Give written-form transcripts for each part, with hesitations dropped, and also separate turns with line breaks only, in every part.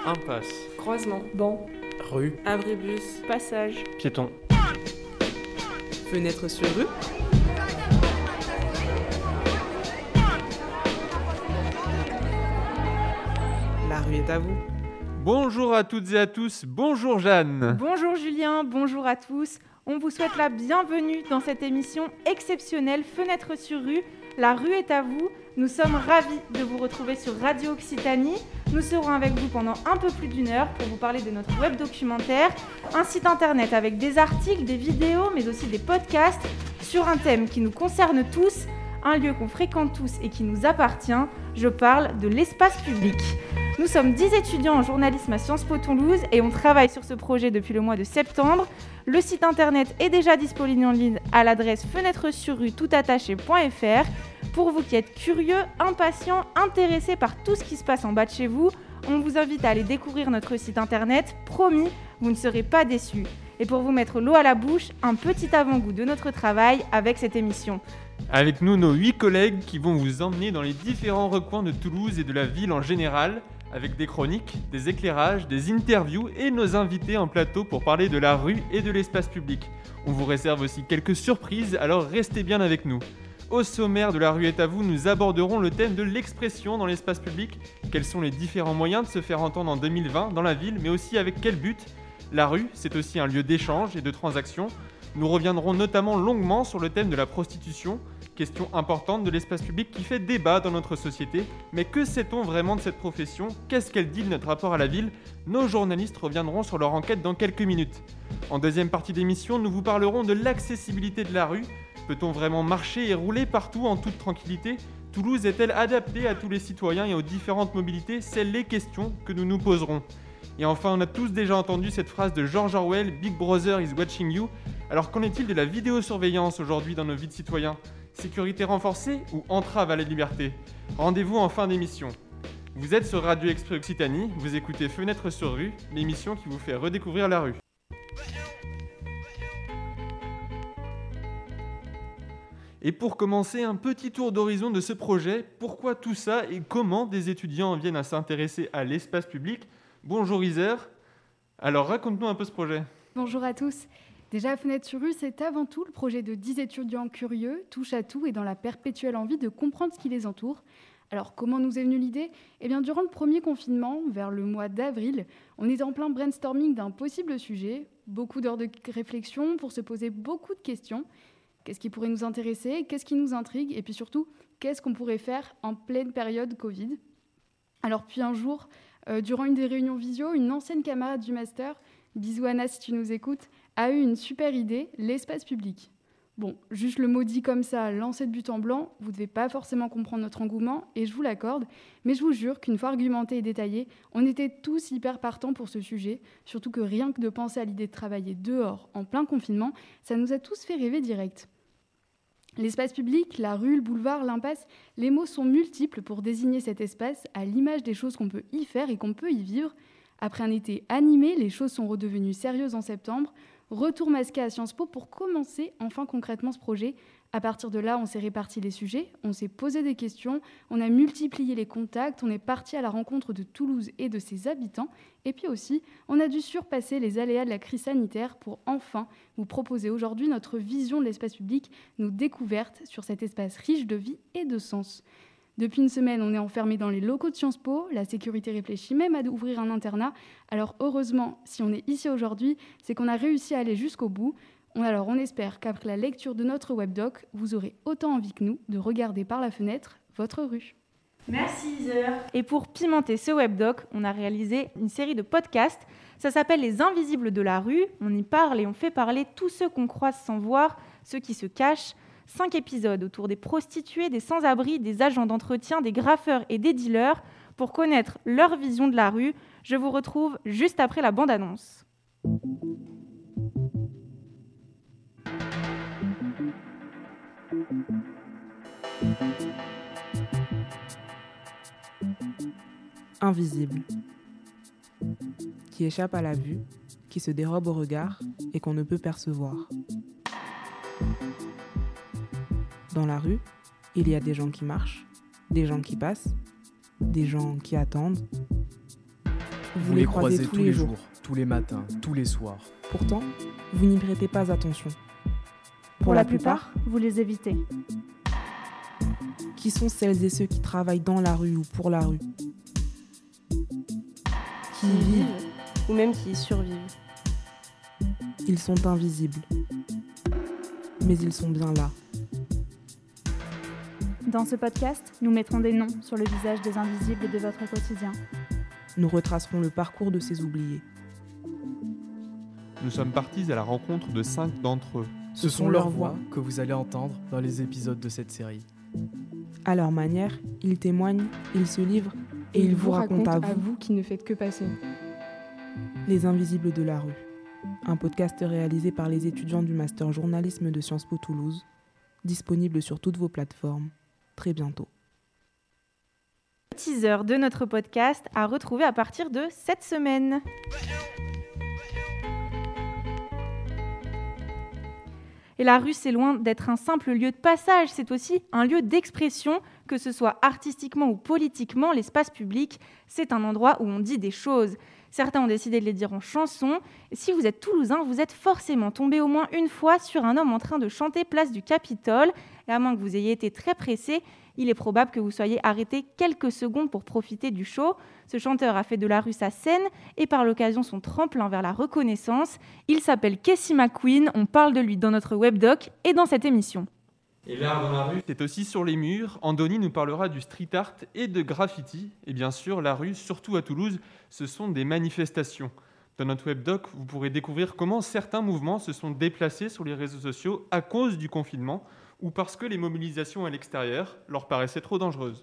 Impasse.
Croisement. Banc.
Rue.
Abribus. Passage.
Piéton.
Fenêtre sur rue. La rue est à vous.
Bonjour à toutes et à tous, bonjour Jeanne.
Bonjour Julien, bonjour à tous. On vous souhaite la bienvenue dans cette émission exceptionnelle Fenêtre sur rue. La rue est à vous. Nous sommes ravis de vous retrouver sur Radio Occitanie. Nous serons avec vous pendant un peu plus d'une heure pour vous parler de notre web documentaire, un site internet avec des articles, des vidéos, mais aussi des podcasts sur un thème qui nous concerne tous, un lieu qu'on fréquente tous et qui nous appartient. Je parle de l'espace public. Nous sommes 10 étudiants en journalisme à Sciences Po Toulouse et on travaille sur ce projet depuis le mois de septembre. Le site internet est déjà disponible en ligne à l'adresse fenêtre-sur-rue-toutattaché.fr. Pour vous qui êtes curieux, impatients, intéressés par tout ce qui se passe en bas de chez vous, on vous invite à aller découvrir notre site internet. Promis, vous ne serez pas déçus. Et pour vous mettre l'eau à la bouche, un petit avant-goût de notre travail avec cette émission.
Avec nous, nos 8 collègues qui vont vous emmener dans les différents recoins de Toulouse et de la ville en général, avec des chroniques, des éclairages, des interviews et nos invités en plateau pour parler de la rue et de l'espace public. On vous réserve aussi quelques surprises, alors restez bien avec nous. Au sommaire de La rue est à vous, nous aborderons le thème de l'expression dans l'espace public. Quels sont les différents moyens de se faire entendre en 2020 dans la ville, mais aussi avec quel but ? La rue, c'est aussi un lieu d'échange et de transaction. Nous reviendrons notamment longuement sur le thème de la prostitution, question importante de l'espace public qui fait débat dans notre société. Mais que sait-on vraiment de cette profession ? Qu'est-ce qu'elle dit de notre rapport à la ville ? Nos journalistes reviendront sur leur enquête dans quelques minutes. En deuxième partie d'émission, nous vous parlerons de l'accessibilité de la rue. Peut-on vraiment marcher et rouler partout en toute tranquillité ? Toulouse est-elle adaptée à tous les citoyens et aux différentes mobilités ? C'est les questions que nous nous poserons. Et enfin, on a tous déjà entendu cette phrase de George Orwell, « Big Brother is watching you ». Alors qu'en est-il de la vidéosurveillance aujourd'hui dans nos vies de citoyens ? Sécurité renforcée ou entrave à la liberté ? Rendez-vous en fin d'émission. Vous êtes sur Radio Exprès Occitanie, vous écoutez Fenêtre sur rue, l'émission qui vous fait redécouvrir la rue. Et pour commencer, un petit tour d'horizon de ce projet. Pourquoi tout ça et comment des étudiants viennent à s'intéresser à l'espace public ? Bonjour Isère. Alors raconte-nous un peu ce projet.
Bonjour à tous. Déjà, Fenêtre sur rue, c'est avant tout le projet de 10 étudiants curieux, touche à tout et dans la perpétuelle envie de comprendre ce qui les entoure. Alors, comment nous est venue l'idée ? Eh bien, durant le premier confinement, vers le mois d'avril, on était en plein brainstorming d'un possible sujet, beaucoup d'heures de réflexion pour se poser beaucoup de questions. Qu'est-ce qui pourrait nous intéresser ? Qu'est-ce qui nous intrigue ? Et puis surtout, qu'est-ce qu'on pourrait faire en pleine période Covid ? Alors, puis un jour, durant une des réunions visio, une ancienne camarade du master, bisous Anna si tu nous écoutes, a eu une super idée, l'espace public. Bon, juste le mot dit comme ça, lancé de but en blanc, vous ne devez pas forcément comprendre notre engouement, et je vous l'accorde, mais je vous jure qu'une fois argumenté et détaillé, on était tous hyper partants pour ce sujet, surtout que rien que de penser à l'idée de travailler dehors, en plein confinement, ça nous a tous fait rêver direct. L'espace public, la rue, le boulevard, l'impasse, les mots sont multiples pour désigner cet espace à l'image des choses qu'on peut y faire et qu'on peut y vivre. Après un été animé, les choses sont redevenues sérieuses en septembre. Retour masqué à Sciences Po pour commencer enfin concrètement ce projet. À partir de là, on s'est réparti les sujets, on s'est posé des questions, on a multiplié les contacts, on est parti à la rencontre de Toulouse et de ses habitants. Et puis aussi, on a dû surpasser les aléas de la crise sanitaire pour enfin vous proposer aujourd'hui notre vision de l'espace public, nos découvertes sur cet espace riche de vie et de sens. Depuis une semaine, on est enfermé dans les locaux de Sciences Po. La sécurité réfléchit même à ouvrir un internat. Alors heureusement, si on est ici aujourd'hui, c'est qu'on a réussi à aller jusqu'au bout. Alors on espère qu'après la lecture de notre webdoc, vous aurez autant envie que nous de regarder par la fenêtre votre rue.
Merci Isère. Et pour pimenter ce webdoc, on a réalisé une série de podcasts. Ça s'appelle Les Invisibles de la rue. On y parle et on fait parler tous ceux qu'on croise sans voir, ceux qui se cachent. 5 épisodes autour des prostituées, des sans-abri, des agents d'entretien, des graffeurs et des dealers pour connaître leur vision de la rue. Je vous retrouve juste après la bande-annonce.
Invisible. Qui échappe à la vue, qui se dérobe au regard et qu'on ne peut percevoir. Dans la rue, il y a des gens qui marchent, des gens qui passent, des gens qui attendent.
Vous les croisez tous les jours, tous les matins, tous les soirs.
Pourtant, vous n'y prêtez pas attention.
Pour la plupart, vous les évitez.
Qui sont celles et ceux qui travaillent dans la rue ou pour la rue? Qui y vivent
ou même qui y survivent.
Ils sont invisibles. Mais ils sont bien là.
Dans ce podcast, nous mettrons des noms sur le visage des invisibles de votre quotidien.
Nous retracerons le parcours de ces oubliés.
Nous sommes partis à la rencontre de 5 d'entre eux.
Ce sont leurs voix que vous allez entendre dans les épisodes de cette série.
À leur manière, ils témoignent, ils se livrent et ils vous racontent à vous
qui ne faites que passer.
Les Invisibles de la rue, un podcast réalisé par les étudiants du Master Journalisme de Sciences Po Toulouse, disponible sur toutes vos plateformes, très bientôt.
Teaser de notre podcast à retrouver à partir de cette semaine. Et la rue, c'est loin d'être un simple lieu de passage, c'est aussi un lieu d'expression, que ce soit artistiquement ou politiquement, l'espace public, c'est un endroit où on dit des choses. Certains ont décidé de les dire en chanson. Et si vous êtes toulousain, vous êtes forcément tombé au moins une fois sur un homme en train de chanter place du Capitole. Et à moins que vous ayez été très pressé, il est probable que vous soyez arrêté quelques secondes pour profiter du show. Ce chanteur a fait de la rue sa scène et par l'occasion son tremplin vers la reconnaissance. Il s'appelle Casey McQueen, on parle de lui dans notre webdoc et dans cette émission.
Et l'art dans la rue, c'est aussi sur les murs. Andoni nous parlera du street art et de graffiti. Et bien sûr, la rue, surtout à Toulouse, ce sont des manifestations. Dans notre webdoc, vous pourrez découvrir comment certains mouvements se sont déplacés sur les réseaux sociaux à cause du confinement ou parce que les mobilisations à l'extérieur leur paraissaient trop dangereuses.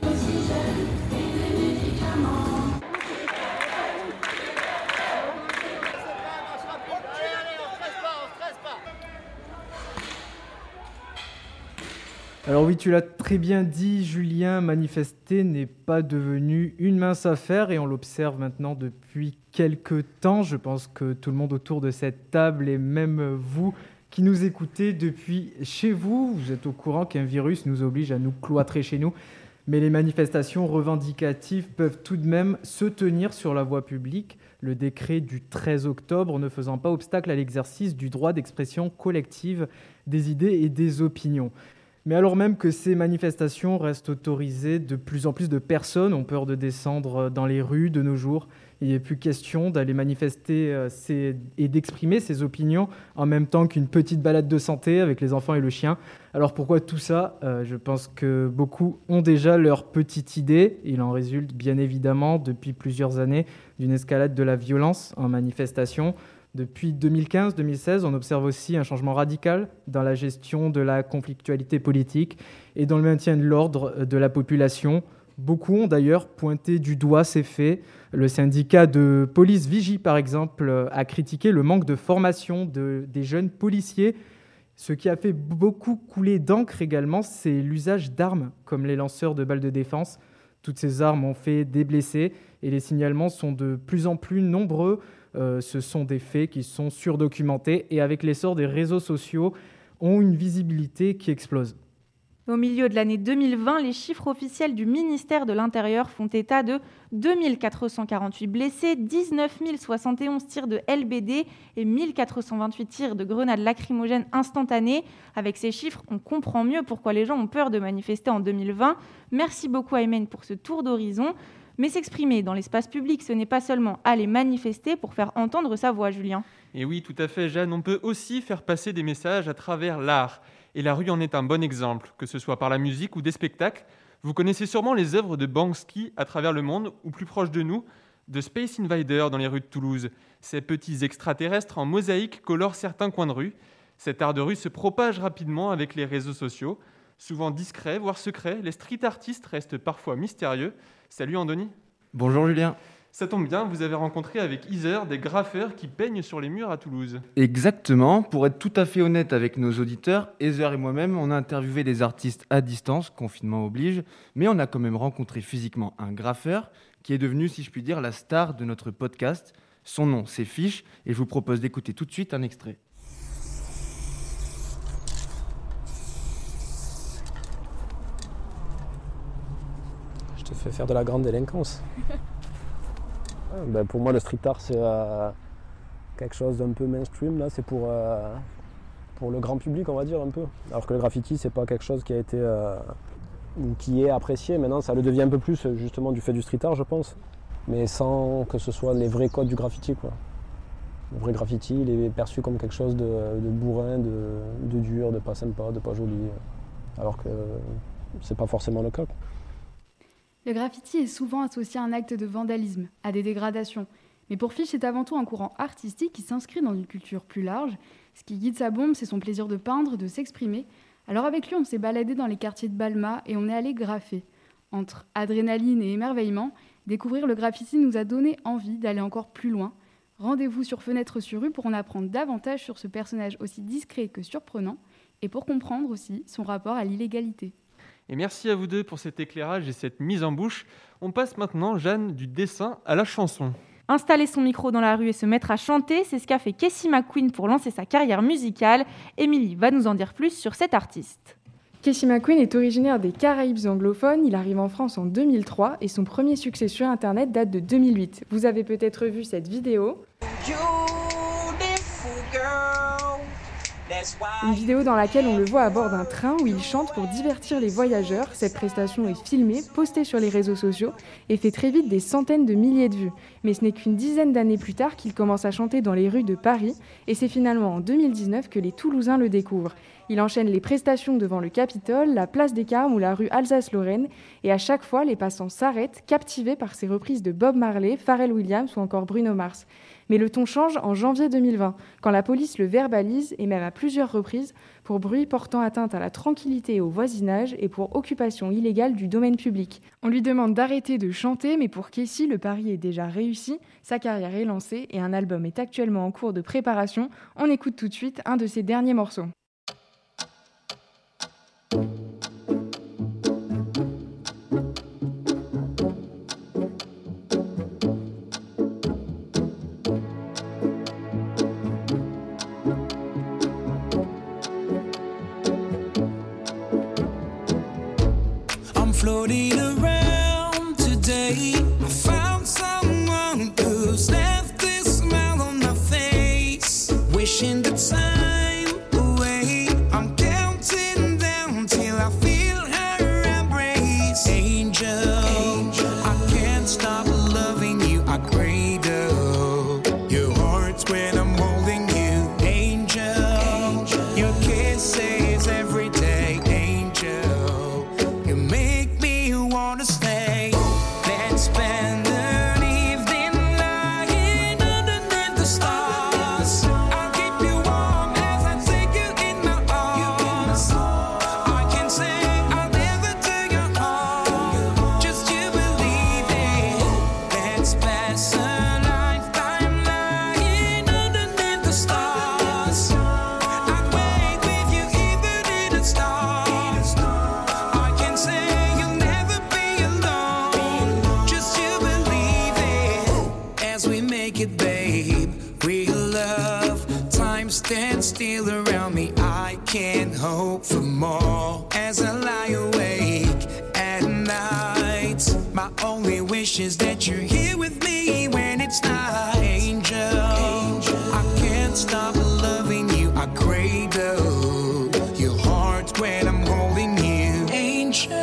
Alors oui, tu l'as très bien dit, Julien, manifester n'est pas devenu une mince affaire et on l'observe maintenant depuis quelques temps. Je pense que tout le monde autour de cette table et même vous qui nous écoutez depuis chez vous, vous êtes au courant qu'un virus nous oblige à nous cloîtrer chez nous. Mais les manifestations revendicatives peuvent tout de même se tenir sur la voie publique, le décret du 13 octobre ne faisant pas obstacle à l'exercice du droit d'expression collective des idées et des opinions. Mais alors même que ces manifestations restent autorisées, de plus en plus de personnes ont peur de descendre dans les rues de nos jours. Il n'est plus question d'aller manifester et d'exprimer ses opinions en même temps qu'une petite balade de santé avec les enfants et le chien. Alors pourquoi tout ça ? Je pense que beaucoup ont déjà leur petite idée. Il en résulte bien évidemment depuis plusieurs années d'une escalade de la violence en manifestation. Depuis 2015-2016, on observe aussi un changement radical dans la gestion de la conflictualité politique et dans le maintien de l'ordre de la population. Beaucoup ont d'ailleurs pointé du doigt ces faits. Le syndicat de police Vigie, par exemple, a critiqué le manque de formation des jeunes policiers. Ce qui a fait beaucoup couler d'encre également, c'est l'usage d'armes, comme les lanceurs de balles de défense. Toutes ces armes ont fait des blessés et les signalements sont de plus en plus nombreux. Ce sont des faits qui sont surdocumentés et avec l'essor des réseaux sociaux, ont une visibilité qui explose.
Au milieu de l'année 2020, les chiffres officiels du ministère de l'Intérieur font état de 2448 blessés, 19 071 tirs de LBD et 1428 tirs de grenades lacrymogènes instantanées. Avec ces chiffres, on comprend mieux pourquoi les gens ont peur de manifester en 2020. Merci beaucoup Aymen pour ce tour d'horizon. Mais s'exprimer dans l'espace public, ce n'est pas seulement aller manifester pour faire entendre sa voix, Julien.
Et oui, tout à fait, Jeanne, on peut aussi faire passer des messages à travers l'art. Et la rue en est un bon exemple, que ce soit par la musique ou des spectacles. Vous connaissez sûrement les œuvres de Banksy à travers le monde, ou plus proche de nous, de Space Invader dans les rues de Toulouse. Ces petits extraterrestres en mosaïque colorent certains coins de rue. Cet art de rue se propage rapidement avec les réseaux sociaux. Souvent discrets, voire secrets, les street artistes restent parfois mystérieux. Salut Andoni.
Bonjour Julien.
Ça tombe bien, vous avez rencontré avec Heather des graffeurs qui peignent sur les murs à Toulouse.
Exactement, pour être tout à fait honnête avec nos auditeurs, Heather et moi-même, on a interviewé des artistes à distance, confinement oblige, mais on a quand même rencontré physiquement un graffeur qui est devenu, si je puis dire, la star de notre podcast. Son nom, c'est Fiche, et je vous propose d'écouter tout de suite un extrait.
Je te fais faire de la grande délinquance.
Pour moi, le street art, c'est quelque chose d'un peu mainstream. Là, c'est pour le grand public, on va dire, un peu. Alors que le graffiti, c'est pas quelque chose qui a été qui est apprécié. Maintenant, ça le devient un peu plus, justement, du fait du street art, je pense. Mais sans que ce soit les vrais codes du graffiti, quoi. Le vrai graffiti, il est perçu comme quelque chose de bourrin, de dur, de pas sympa, de pas joli. Alors que c'est pas forcément le cas, quoi.
Le graffiti est souvent associé à un acte de vandalisme, à des dégradations. Mais pour Fish, c'est avant tout un courant artistique qui s'inscrit dans une culture plus large. Ce qui guide sa bombe, c'est son plaisir de peindre, de s'exprimer. Alors avec lui, on s'est baladé dans les quartiers de Balma et on est allé graffer. Entre adrénaline et émerveillement, découvrir le graffiti nous a donné envie d'aller encore plus loin. Rendez-vous sur Fenêtre sur rue pour en apprendre davantage sur ce personnage aussi discret que surprenant et pour comprendre aussi son rapport à l'illégalité.
Et merci à vous deux pour cet éclairage et cette mise en bouche. On passe maintenant, Jeanne, du dessin à la chanson.
Installer son micro dans la rue et se mettre à chanter, c'est ce qu'a fait Casey McQueen pour lancer sa carrière musicale. Émilie va nous en dire plus sur cet artiste.
Casey McQueen est originaire des Caraïbes anglophones, il arrive en France en 2003 et son premier succès sur Internet date de 2008. Vous avez peut-être vu cette vidéo. Une vidéo dans laquelle on le voit à bord d'un train où il chante pour divertir les voyageurs. Cette prestation est filmée, postée sur les réseaux sociaux et fait très vite des centaines de milliers de vues. Mais ce n'est qu'une dizaine d'années plus tard qu'il commence à chanter dans les rues de Paris et c'est finalement en 2019 que les Toulousains le découvrent. Il enchaîne les prestations devant le Capitole, la place des Carmes ou la rue Alsace-Lorraine et à chaque fois, les passants s'arrêtent, captivés par ses reprises de Bob Marley, Pharrell Williams ou encore Bruno Mars. Mais le ton change en janvier 2020, quand la police le verbalise, et même à plusieurs reprises, pour bruit portant atteinte à la tranquillité et au voisinage et pour occupation illégale du domaine public. On lui demande d'arrêter de chanter, mais pour Casey, le pari est déjà réussi, sa carrière est lancée et un album est actuellement en cours de préparation. On écoute tout de suite un de ses derniers morceaux.
Floating around today, I found someone who's left this smile on my face. Wishing the time away, I'm counting down till I feel her embrace. Angel, I can't stop loving you, I cradle your heart when I'm holding you. Angel, your kisses every day. Angel, you make wanna stay. Let's spend an evening lying underneath the stars. I'll keep you warm as I take you in my arms. I can say I'll never do your harm, just you believe it. Let's pass a lifetime lying underneath the stars. I'd wait with you even in the stars. I can say babe, real love, time stands still around me. I can't hope for more as I lie awake at night. My only wish is that you're here with me when it's night. Angel, I can't stop loving you. I cradle your heart when I'm holding you. Angel,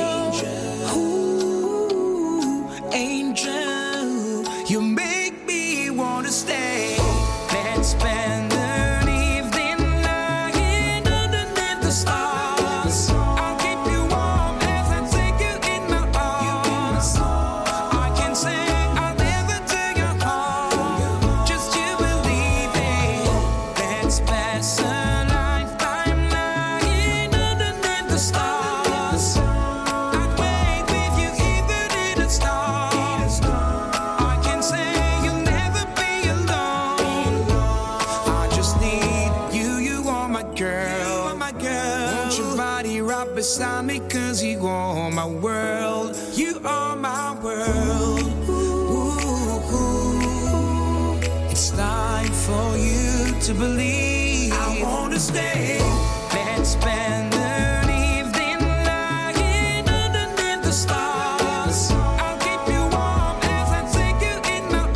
ooh, angel, you make me wanna stay. Let's spend an evening lying underneath the stars. I'll keep you warm as I take you in my arms. I can say I'll never do your harm, just you believe it. Let's pass a lifetime lying underneath the stars. I'd wait with you even in the stars. I can say you'll never be alone. I just need you, you are my girl. Want your body right beside me, cause you are my world. You are my world. Ooh, it's time for you to believe. I wanna stay. Let's spend an evening lying underneath the stars. I'll keep you warm as I take you in my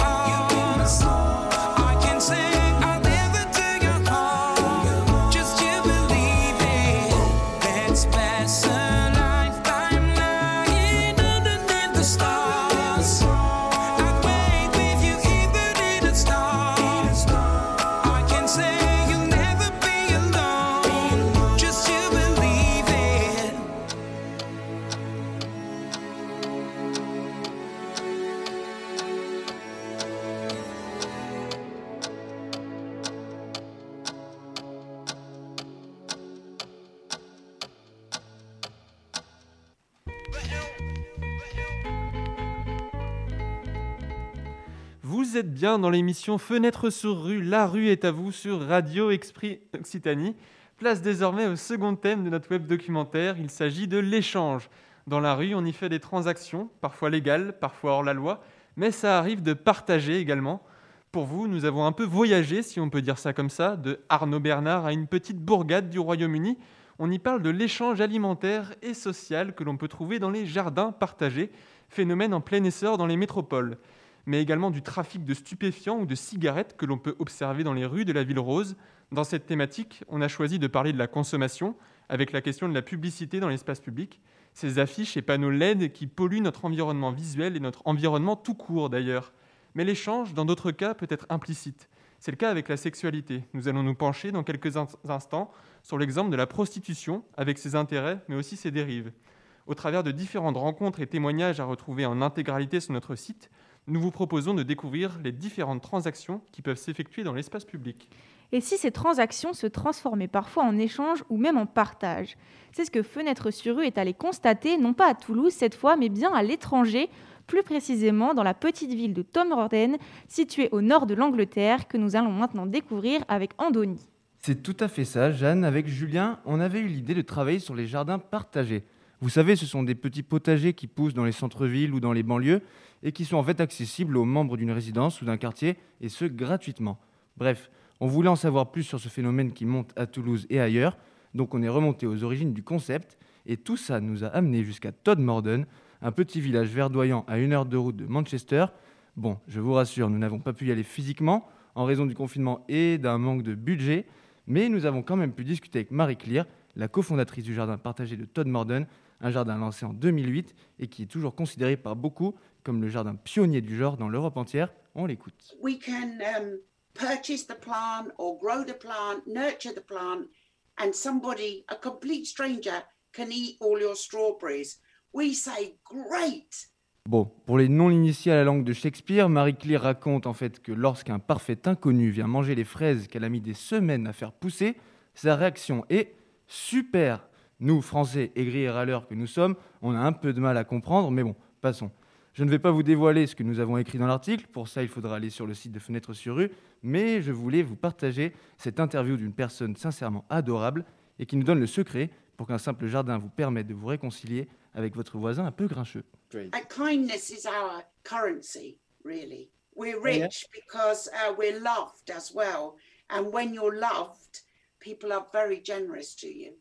Vous êtes bien dans l'émission Fenêtre sur rue, la rue est à vous sur Radio Esprit Occitanie. Place désormais au second thème de notre web documentaire, il s'agit de l'échange. Dans la rue, on y fait des transactions, parfois légales, parfois hors la loi, mais ça arrive de partager également. Pour vous, nous avons un peu voyagé, si on peut dire ça comme ça, de Arnaud Bernard à une petite bourgade du Royaume-Uni. On y parle de l'échange alimentaire et social que l'on peut trouver dans les jardins partagés, phénomène en plein essor dans les métropoles, mais également du trafic de stupéfiants ou de cigarettes que l'on peut observer dans les rues de la Ville Rose. Dans cette thématique, on a choisi de parler de la consommation, avec la question de la publicité dans l'espace public, ces affiches et panneaux LED qui polluent notre environnement visuel et notre environnement tout court d'ailleurs. Mais l'échange, dans d'autres cas, peut être implicite. C'est le cas avec la sexualité. Nous allons nous pencher dans quelques instants sur l'exemple de la prostitution, avec ses intérêts, mais aussi ses dérives. Au travers de différentes rencontres et témoignages à retrouver en intégralité sur notre site, nous vous proposons de découvrir les différentes transactions qui peuvent s'effectuer dans l'espace public.
Et si ces transactions se transformaient parfois en échange ou même en partage? C'est ce que Fenêtre sur rue est allé constater, non pas à Toulouse cette fois, mais bien à l'étranger, plus précisément dans la petite ville de Todmorden, située au nord de l'Angleterre, que nous allons maintenant découvrir avec Andoni.
C'est tout à fait ça, Jeanne. Avec Julien, on avait eu l'idée de travailler sur les jardins partagés. Vous savez, ce sont des petits potagers qui poussent dans les centres-villes ou dans les banlieues et qui sont en fait accessibles aux membres d'une résidence ou d'un quartier, et ce, gratuitement. Bref, on voulait en savoir plus sur ce phénomène qui monte à Toulouse et ailleurs, donc on est remonté aux origines du concept, et tout ça nous a amené jusqu'à Todmorden, un petit village verdoyant à 1 heure de route de Manchester. Bon, je vous rassure, nous n'avons pas pu y aller physiquement, en raison du confinement et d'un manque de budget, mais nous avons quand même pu discuter avec Marie-Claire, la cofondatrice du jardin partagé de Todmorden, un jardin lancé en 2008 et qui est toujours considéré par beaucoup comme le jardin pionnier du genre dans l'Europe entière. On l'écoute.
We can purchase the plant or grow the plant, nurture the plant, and somebody, a complete stranger, can eat all your strawberries. We say, great!
Bon, pour les non-initiés à la langue de Shakespeare, Marie-Claire raconte en fait que lorsqu'un parfait inconnu vient manger les fraises qu'elle a mis des semaines à faire pousser, sa réaction est « super ». Nous, Français aigris et râleurs que nous sommes, on a un peu de mal à comprendre, mais bon, passons. Je ne vais pas vous dévoiler ce que nous avons écrit dans l'article, pour ça il faudra aller sur le site de Fenêtre sur rue, mais je voulais vous partager cette interview d'une personne sincèrement adorable et qui nous donne le secret pour qu'un simple jardin vous permette de vous réconcilier avec votre voisin un peu grincheux.
And kindness is our currency, really. We're rich because we're loved as well. And when you're loved, people are very generous to you.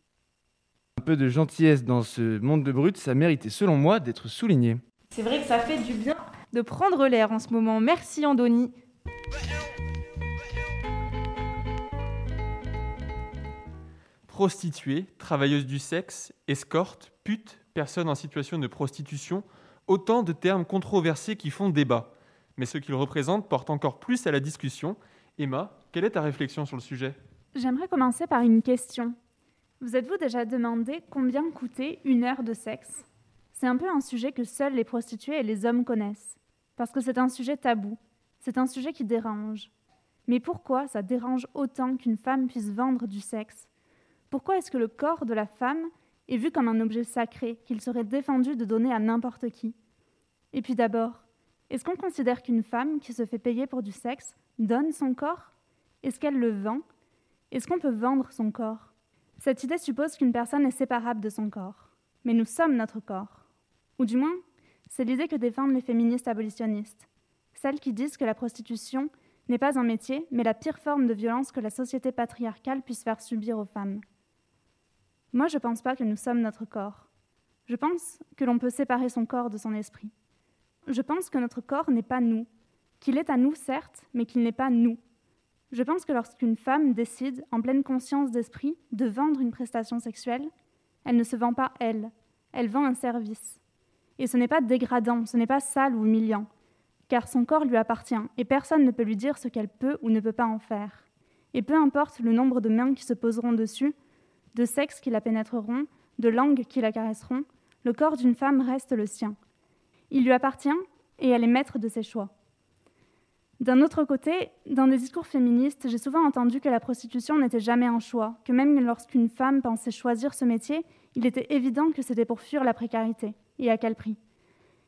Un peu de gentillesse dans ce monde de brut, ça méritait selon moi d'être souligné.
C'est vrai que ça fait du bien de prendre l'air en ce moment. Merci Andoni.
Prostituées, travailleuses du sexe, escortes, putes, personnes en situation de prostitution, autant de termes controversés qui font débat. Mais ce qu'ils représentent porte encore plus à la discussion. Emma, quelle est ta réflexion sur le sujet ?
J'aimerais commencer par une question. Vous êtes-vous déjà demandé combien coûtait 1 heure de sexe ? C'est un peu un sujet que seuls les prostituées et les hommes connaissent. Parce que c'est un sujet tabou. C'est un sujet qui dérange. Mais pourquoi ça dérange autant qu'une femme puisse vendre du sexe ? Pourquoi est-ce que le corps de la femme est vu comme un objet sacré qu'il serait défendu de donner à n'importe qui ? Et puis d'abord, est-ce qu'on considère qu'une femme qui se fait payer pour du sexe donne son corps ? Est-ce qu'elle le vend ? Est-ce qu'on peut vendre son corps ? Cette idée suppose qu'une personne est séparable de son corps. Mais nous sommes notre corps. Ou du moins, c'est l'idée que défendent les féministes abolitionnistes. Celles qui disent que la prostitution n'est pas un métier, mais la pire forme de violence que la société patriarcale puisse faire subir aux femmes. Moi, je ne pense pas que nous sommes notre corps. Je pense que l'on peut séparer son corps de son esprit. Je pense que notre corps n'est pas nous, qu'il est à nous certes, mais qu'il n'est pas nous. Je pense que lorsqu'une femme décide, en pleine conscience d'esprit, de vendre une prestation sexuelle, elle ne se vend pas elle vend un service. Et ce n'est pas dégradant, ce n'est pas sale ou humiliant, car son corps lui appartient et personne ne peut lui dire ce qu'elle peut ou ne peut pas en faire. Et peu importe le nombre de mains qui se poseront dessus, de sexes qui la pénétreront, de langues qui la caresseront, le corps d'une femme reste le sien. Il lui appartient et elle est maître de ses choix. D'un autre côté, dans des discours féministes, j'ai souvent entendu que la prostitution n'était jamais un choix, que même lorsqu'une femme pensait choisir ce métier, il était évident que c'était pour fuir la précarité. Et à quel prix ?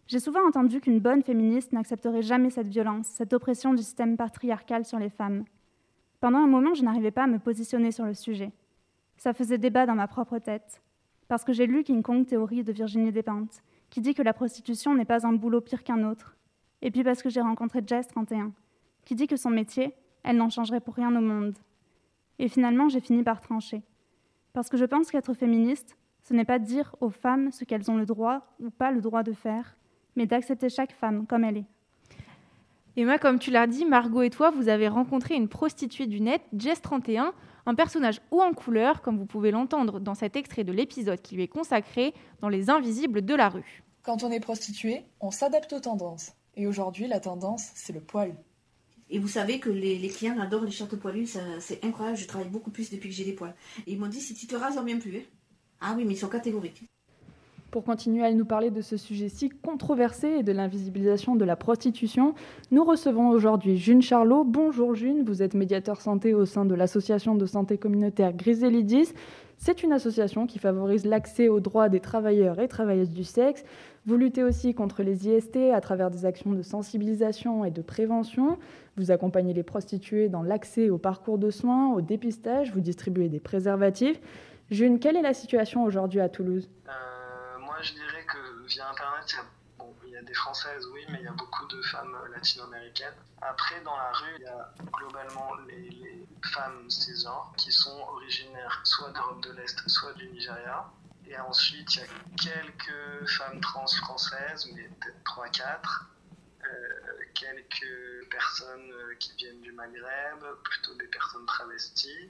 J'ai souvent entendu qu'une bonne féministe n'accepterait jamais cette violence, cette oppression du système patriarcal sur les femmes. Pendant un moment, je n'arrivais pas à me positionner sur le sujet. Ça faisait débat dans ma propre tête, parce que j'ai lu King Kong Théorie de Virginie Despentes, qui dit que la prostitution n'est pas un boulot pire qu'un autre. Et puis parce que j'ai rencontré Jess 31, qui dit que son métier, elle n'en changerait pour rien au monde. Et finalement, j'ai fini par trancher. Parce que je pense qu'être féministe, ce n'est pas dire aux femmes ce qu'elles ont le droit ou pas le droit de faire, mais d'accepter chaque femme comme elle est.
Emma, comme tu l'as dit, Margot et toi, vous avez rencontré une prostituée du net, Jess 31, un personnage haut en couleur, comme vous pouvez l'entendre dans cet extrait de l'épisode qui lui est consacré dans Les Invisibles de la rue.
Quand on est prostituée, on s'adapte aux tendances. Et aujourd'hui, la tendance, c'est le poil.
Et vous savez que les clients adorent les shorts poilus, c'est incroyable, je travaille beaucoup plus depuis que j'ai des poils. Et ils m'ont dit, si tu te rases, on ne vient plus. Hein. Ah oui, mais ils sont catégoriques.
Pour continuer à nous parler de ce sujet si controversé et de l'invisibilisation de la prostitution, nous recevons aujourd'hui June Charlot. Bonjour June, vous êtes médiateur santé au sein de l'association de santé communautaire Griselidis. C'est une association qui favorise l'accès aux droits des travailleurs et travailleuses du sexe. Vous luttez aussi contre les IST à travers des actions de sensibilisation et de prévention. Vous accompagnez les prostituées dans l'accès au parcours de soins, au dépistage, vous distribuez des préservatifs. June, quelle est la situation aujourd'hui à Toulouse ?
Moi, je dirais que via Internet, il y a des Françaises, oui, mais il y a beaucoup de femmes latino-américaines. Après, dans la rue, il y a globalement les femmes cisgenres qui sont originaires soit d'Europe de l'Est, soit du Nigeria. Et ensuite, il y a quelques femmes trans françaises, mais peut-être 3-4. Quelques personnes qui viennent du Maghreb, plutôt des personnes travesties.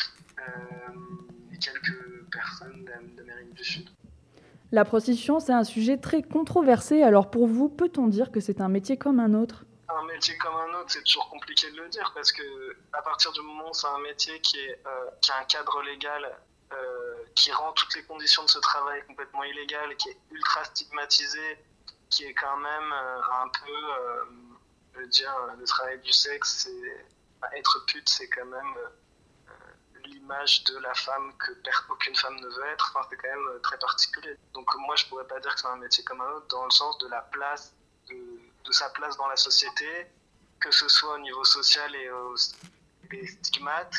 Et quelques personnes d'Amérique du Sud.
La prostitution, c'est un sujet très controversé. Alors pour vous, peut-on dire que c'est un métier comme un autre ?
Un métier comme un autre, c'est toujours compliqué de le dire parce que à partir du moment où c'est un métier qui a un cadre légal qui rend toutes les conditions de ce travail complètement illégales, qui est ultra stigmatisé, qui est quand même un peu, je veux dire, le travail du sexe, être pute, c'est quand même l'image de la femme que aucune femme ne veut être. Enfin, c'est quand même très particulier. Donc moi, je pourrais pas dire que c'est un métier comme un autre dans le sens de la place, de sa place dans la société, que ce soit au niveau social et les stigmates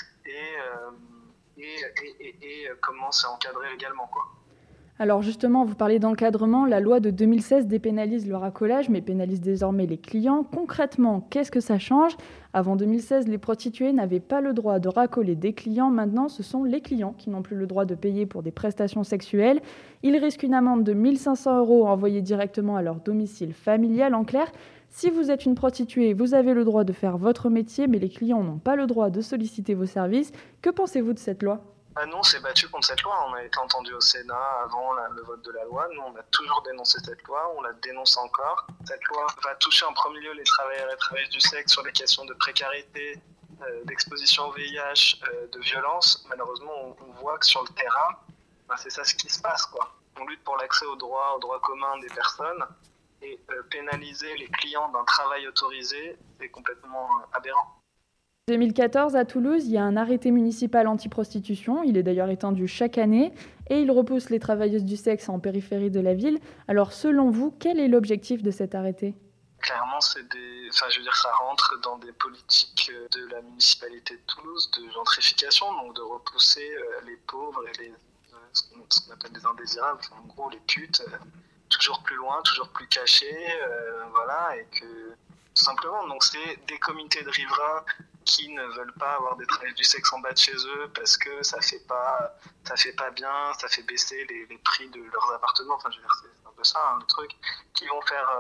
et comment c'est encadré légalement, quoi.
Alors justement, vous parlez d'encadrement, la loi de 2016 dépénalise le racolage, mais pénalise désormais les clients. Concrètement, qu'est-ce que ça change ? Avant 2016, les prostituées n'avaient pas le droit de racoler des clients. Maintenant, ce sont les clients qui n'ont plus le droit de payer pour des prestations sexuelles. Ils risquent une amende de 1 500 € envoyée directement à leur domicile familial. En clair, si vous êtes une prostituée, vous avez le droit de faire votre métier, mais les clients n'ont pas le droit de solliciter vos services. Que pensez-vous de cette loi ?
Nous, on s'est battu contre cette loi. On a été entendu au Sénat avant le vote de la loi. Nous, on a toujours dénoncé cette loi. On la dénonce encore. Cette loi va toucher en premier lieu les travailleurs et travailleuses du sexe sur les questions de précarité, d'exposition au VIH, de violence. Malheureusement, on voit que sur le terrain, c'est ça ce qui se passe, quoi. On lutte pour l'accès aux droits communs des personnes et pénaliser les clients d'un travail autorisé, c'est complètement aberrant.
En 2014, à Toulouse, il y a un arrêté municipal anti-prostitution. Il est d'ailleurs étendu chaque année et il repousse les travailleuses du sexe en périphérie de la ville. Alors, selon vous, quel est l'objectif de cet arrêté ?
Clairement, ça rentre dans des politiques de la municipalité de Toulouse de gentrification, donc de repousser les pauvres et ce qu'on appelle des indésirables, en gros les putes, toujours plus loin, toujours plus cachées, voilà, et que tout simplement, donc c'est des comités de riverains qui ne veulent pas avoir des travailleurs du sexe en bas de chez eux parce que ça fait pas bien, ça fait baisser les prix de leurs appartements. Enfin, je veux dire, c'est un peu ça, le truc. Qui vont faire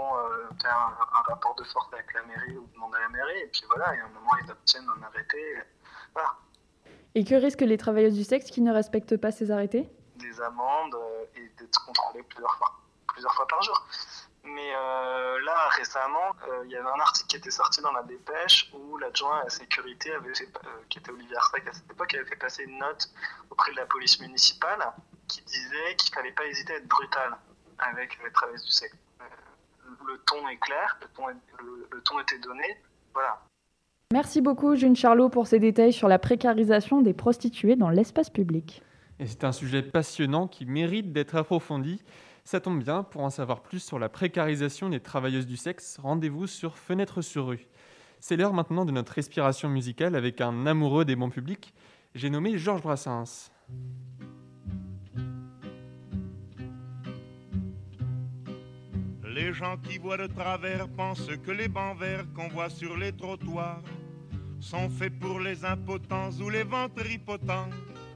un rapport de force avec la mairie ou demander à la mairie, et puis voilà, et à un moment ils obtiennent un arrêté. Voilà.
Et que risquent les travailleuses du sexe qui ne respectent pas ces arrêtés ?
Des amendes et d'être contrôlées plusieurs fois par jour. Mais là, récemment, il y avait un article qui était sorti dans la Dépêche où l'adjoint à la sécurité, qui était Olivier Arsac à cette époque, avait fait passer une note auprès de la police municipale qui disait qu'il ne fallait pas hésiter à être brutal avec les travailleuses du sexe. Le ton est clair, le ton était donné, voilà.
Merci beaucoup, June Charlot, pour ces détails sur la précarisation des prostituées dans l'espace public.
Et c'est un sujet passionnant qui mérite d'être approfondi. Ça tombe bien, pour en savoir plus sur la précarisation des travailleuses du sexe, rendez-vous sur Fenêtre sur rue. C'est l'heure maintenant de notre respiration musicale avec un amoureux des bancs publics. J'ai nommé Georges Brassens.
Les gens qui voient de travers pensent que les bancs verts qu'on voit sur les trottoirs sont faits pour les impotents ou les ventripotents.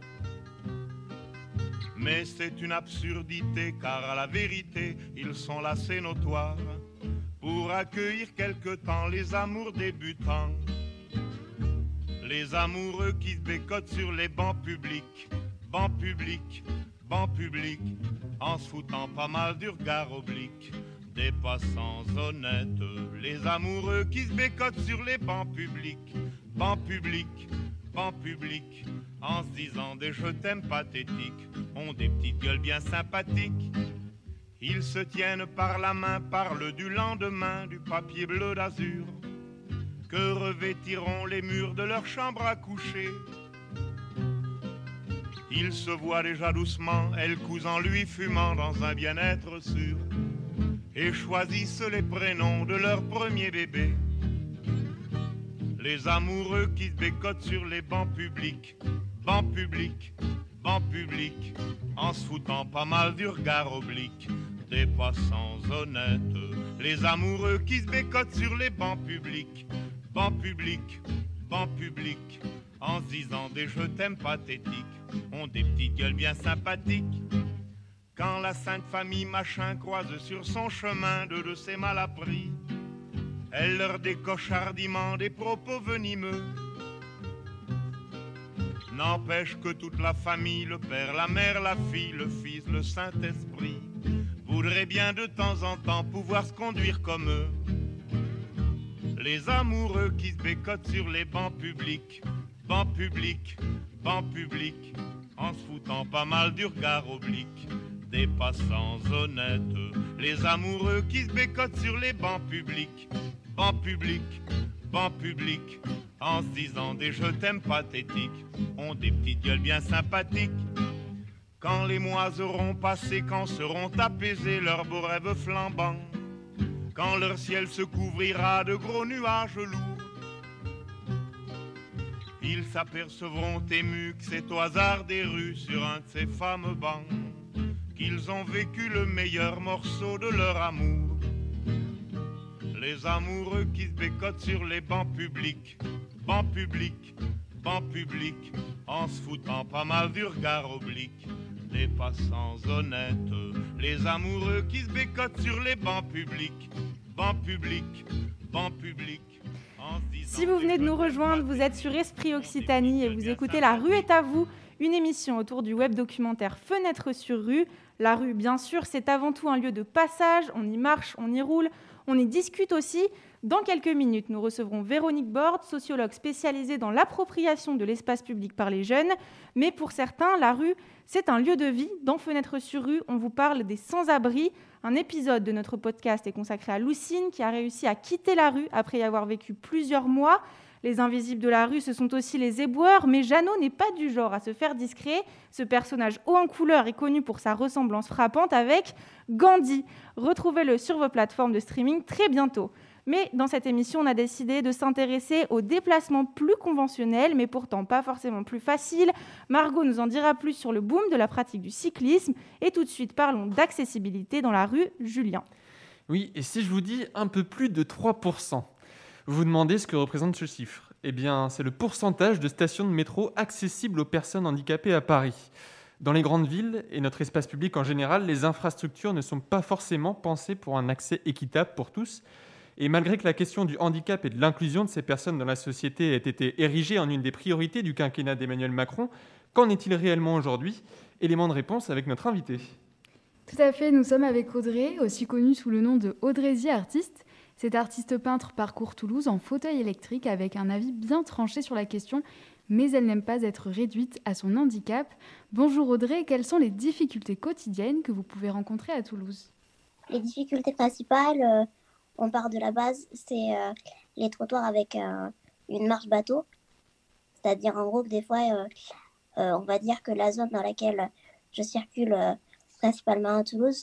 Mais c'est une absurdité, car à la vérité, ils sont là, c'est notoire, pour accueillir quelque temps les amours débutants. Les amoureux qui se bécotent sur les bancs publics, bancs publics, bancs publics, en se foutant pas mal du regard oblique des passants honnêtes. Les amoureux qui se bécotent sur les bancs publics, bancs publics, bancs publics, en se disant des je t'aime pathétiques, ont des petites gueules bien sympathiques. Ils se tiennent par la main, parlent du lendemain, du papier bleu d'azur que revêtiront les murs de leur chambre à coucher. Ils se voient déjà doucement, elle cousant lui fumant dans un bien-être sûr, et choisissent les prénoms de leur premier bébé. Les amoureux qui se bécotent sur les bancs publics, bancs publics, bancs publics, en se foutant pas mal du regard oblique des passants honnêtes. Les amoureux qui se bécotent sur les bancs publics, bancs publics, bancs publics, en se disant des je t'aime pathétiques, ont des petites gueules bien sympathiques. Quand la Sainte Famille machin croise sur son chemin deux de ses malappris, elle leur décoche hardiment des propos venimeux. N'empêche que toute la famille, le père, la mère, la fille, le fils, le Saint-Esprit, voudraient bien de temps en temps pouvoir se conduire comme eux. Les amoureux qui se bécotent sur les bancs publics, bancs publics, bancs publics, en se foutant pas mal du regard oblique des passants honnêtes. Les amoureux qui se bécotent sur les bancs publics, bancs publics, bancs publics, en se disant des je t'aime pathétiques, ont des petites gueules bien sympathiques. Quand les mois auront passé, quand seront apaisés leurs beaux rêves flambants, quand leur ciel se couvrira de gros nuages lourds, ils s'apercevront émus que c'est au hasard des rues, sur un de ces fameux bancs, qu'ils ont vécu le meilleur morceau de leur amour. Les amoureux qui se bécotent sur les bancs publics, bancs publics, bancs publics, en se foutant pas mal du regard oblique des passants honnêtes. Les amoureux qui se bécotent sur les bancs publics, bancs publics, bancs publics.
Si vous venez de nous rejoindre, vous êtes sur Esprit Occitanie et vous écoutez La rue est à vous, une émission autour du web documentaire Fenêtre sur rue. La rue, bien sûr, c'est avant tout un lieu de passage, on y marche, on y roule, on y discute aussi. Dans quelques minutes, nous recevrons Véronique Borde, sociologue spécialisée dans l'appropriation de l'espace public par les jeunes. Mais pour certains, la rue, c'est un lieu de vie. Dans Fenêtre sur rue, on vous parle des sans-abri. Un épisode de notre podcast est consacré à Lucine, qui a réussi à quitter la rue après y avoir vécu plusieurs mois. Les invisibles de la rue, ce sont aussi les éboueurs, mais Jeannot n'est pas du genre à se faire discret. Ce personnage haut en couleur est connu pour sa ressemblance frappante avec Gandhi. Retrouvez-le sur vos plateformes de streaming très bientôt. Mais dans cette émission, on a décidé de s'intéresser aux déplacements plus conventionnels, mais pourtant pas forcément plus faciles. Margot nous en dira plus sur le boom de la pratique du cyclisme. Et tout de suite, parlons d'accessibilité dans la rue. Julien.
Oui, et si je vous dis un peu plus de 3%, vous vous demandez ce que représente ce chiffre. Eh bien, c'est le pourcentage de stations de métro accessibles aux personnes handicapées à Paris. Dans les grandes villes et notre espace public en général, les infrastructures ne sont pas forcément pensées pour un accès équitable pour tous. Et malgré que la question du handicap et de l'inclusion de ces personnes dans la société ait été érigée en une des priorités du quinquennat d'Emmanuel Macron, qu'en est-il réellement aujourd'hui ? Élément de réponse avec notre invité.
Tout à fait, nous sommes avec Audrey, aussi connue sous le nom de Audreysie Artiste. Cette artiste peintre parcourt Toulouse en fauteuil électrique avec un avis bien tranché sur la question, mais elle n'aime pas être réduite à son handicap. Bonjour Audrey, quelles sont les difficultés quotidiennes que vous pouvez rencontrer à Toulouse ?
Les difficultés principales, on part de la base, c'est les trottoirs avec une marche bateau. C'est-à-dire en gros que des fois, on va dire que la zone dans laquelle je circule principalement à Toulouse,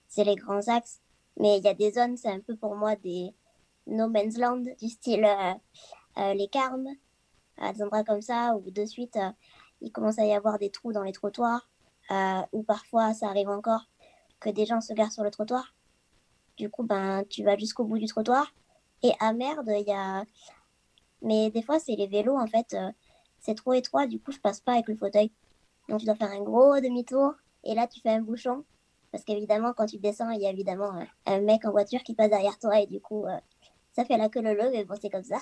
c'est les grands axes. Mais il y a des zones, c'est un peu pour moi des no man's land, du style les Carmes, des endroits comme ça, où de suite, il commence à y avoir des trous dans les trottoirs, où parfois, ça arrive encore que des gens se garent sur le trottoir. Du coup, tu vas jusqu'au bout du trottoir. Et à Merde, il y a... Mais des fois, c'est les vélos, en fait, c'est trop étroit, du coup, je passe pas avec le fauteuil. Donc, tu dois faire un gros demi-tour, et là, tu fais un bouchon. Parce qu'évidemment, quand tu descends, il y a évidemment un mec en voiture qui passe derrière toi, et du coup, ça fait la queue leu, mais bon, c'est comme ça.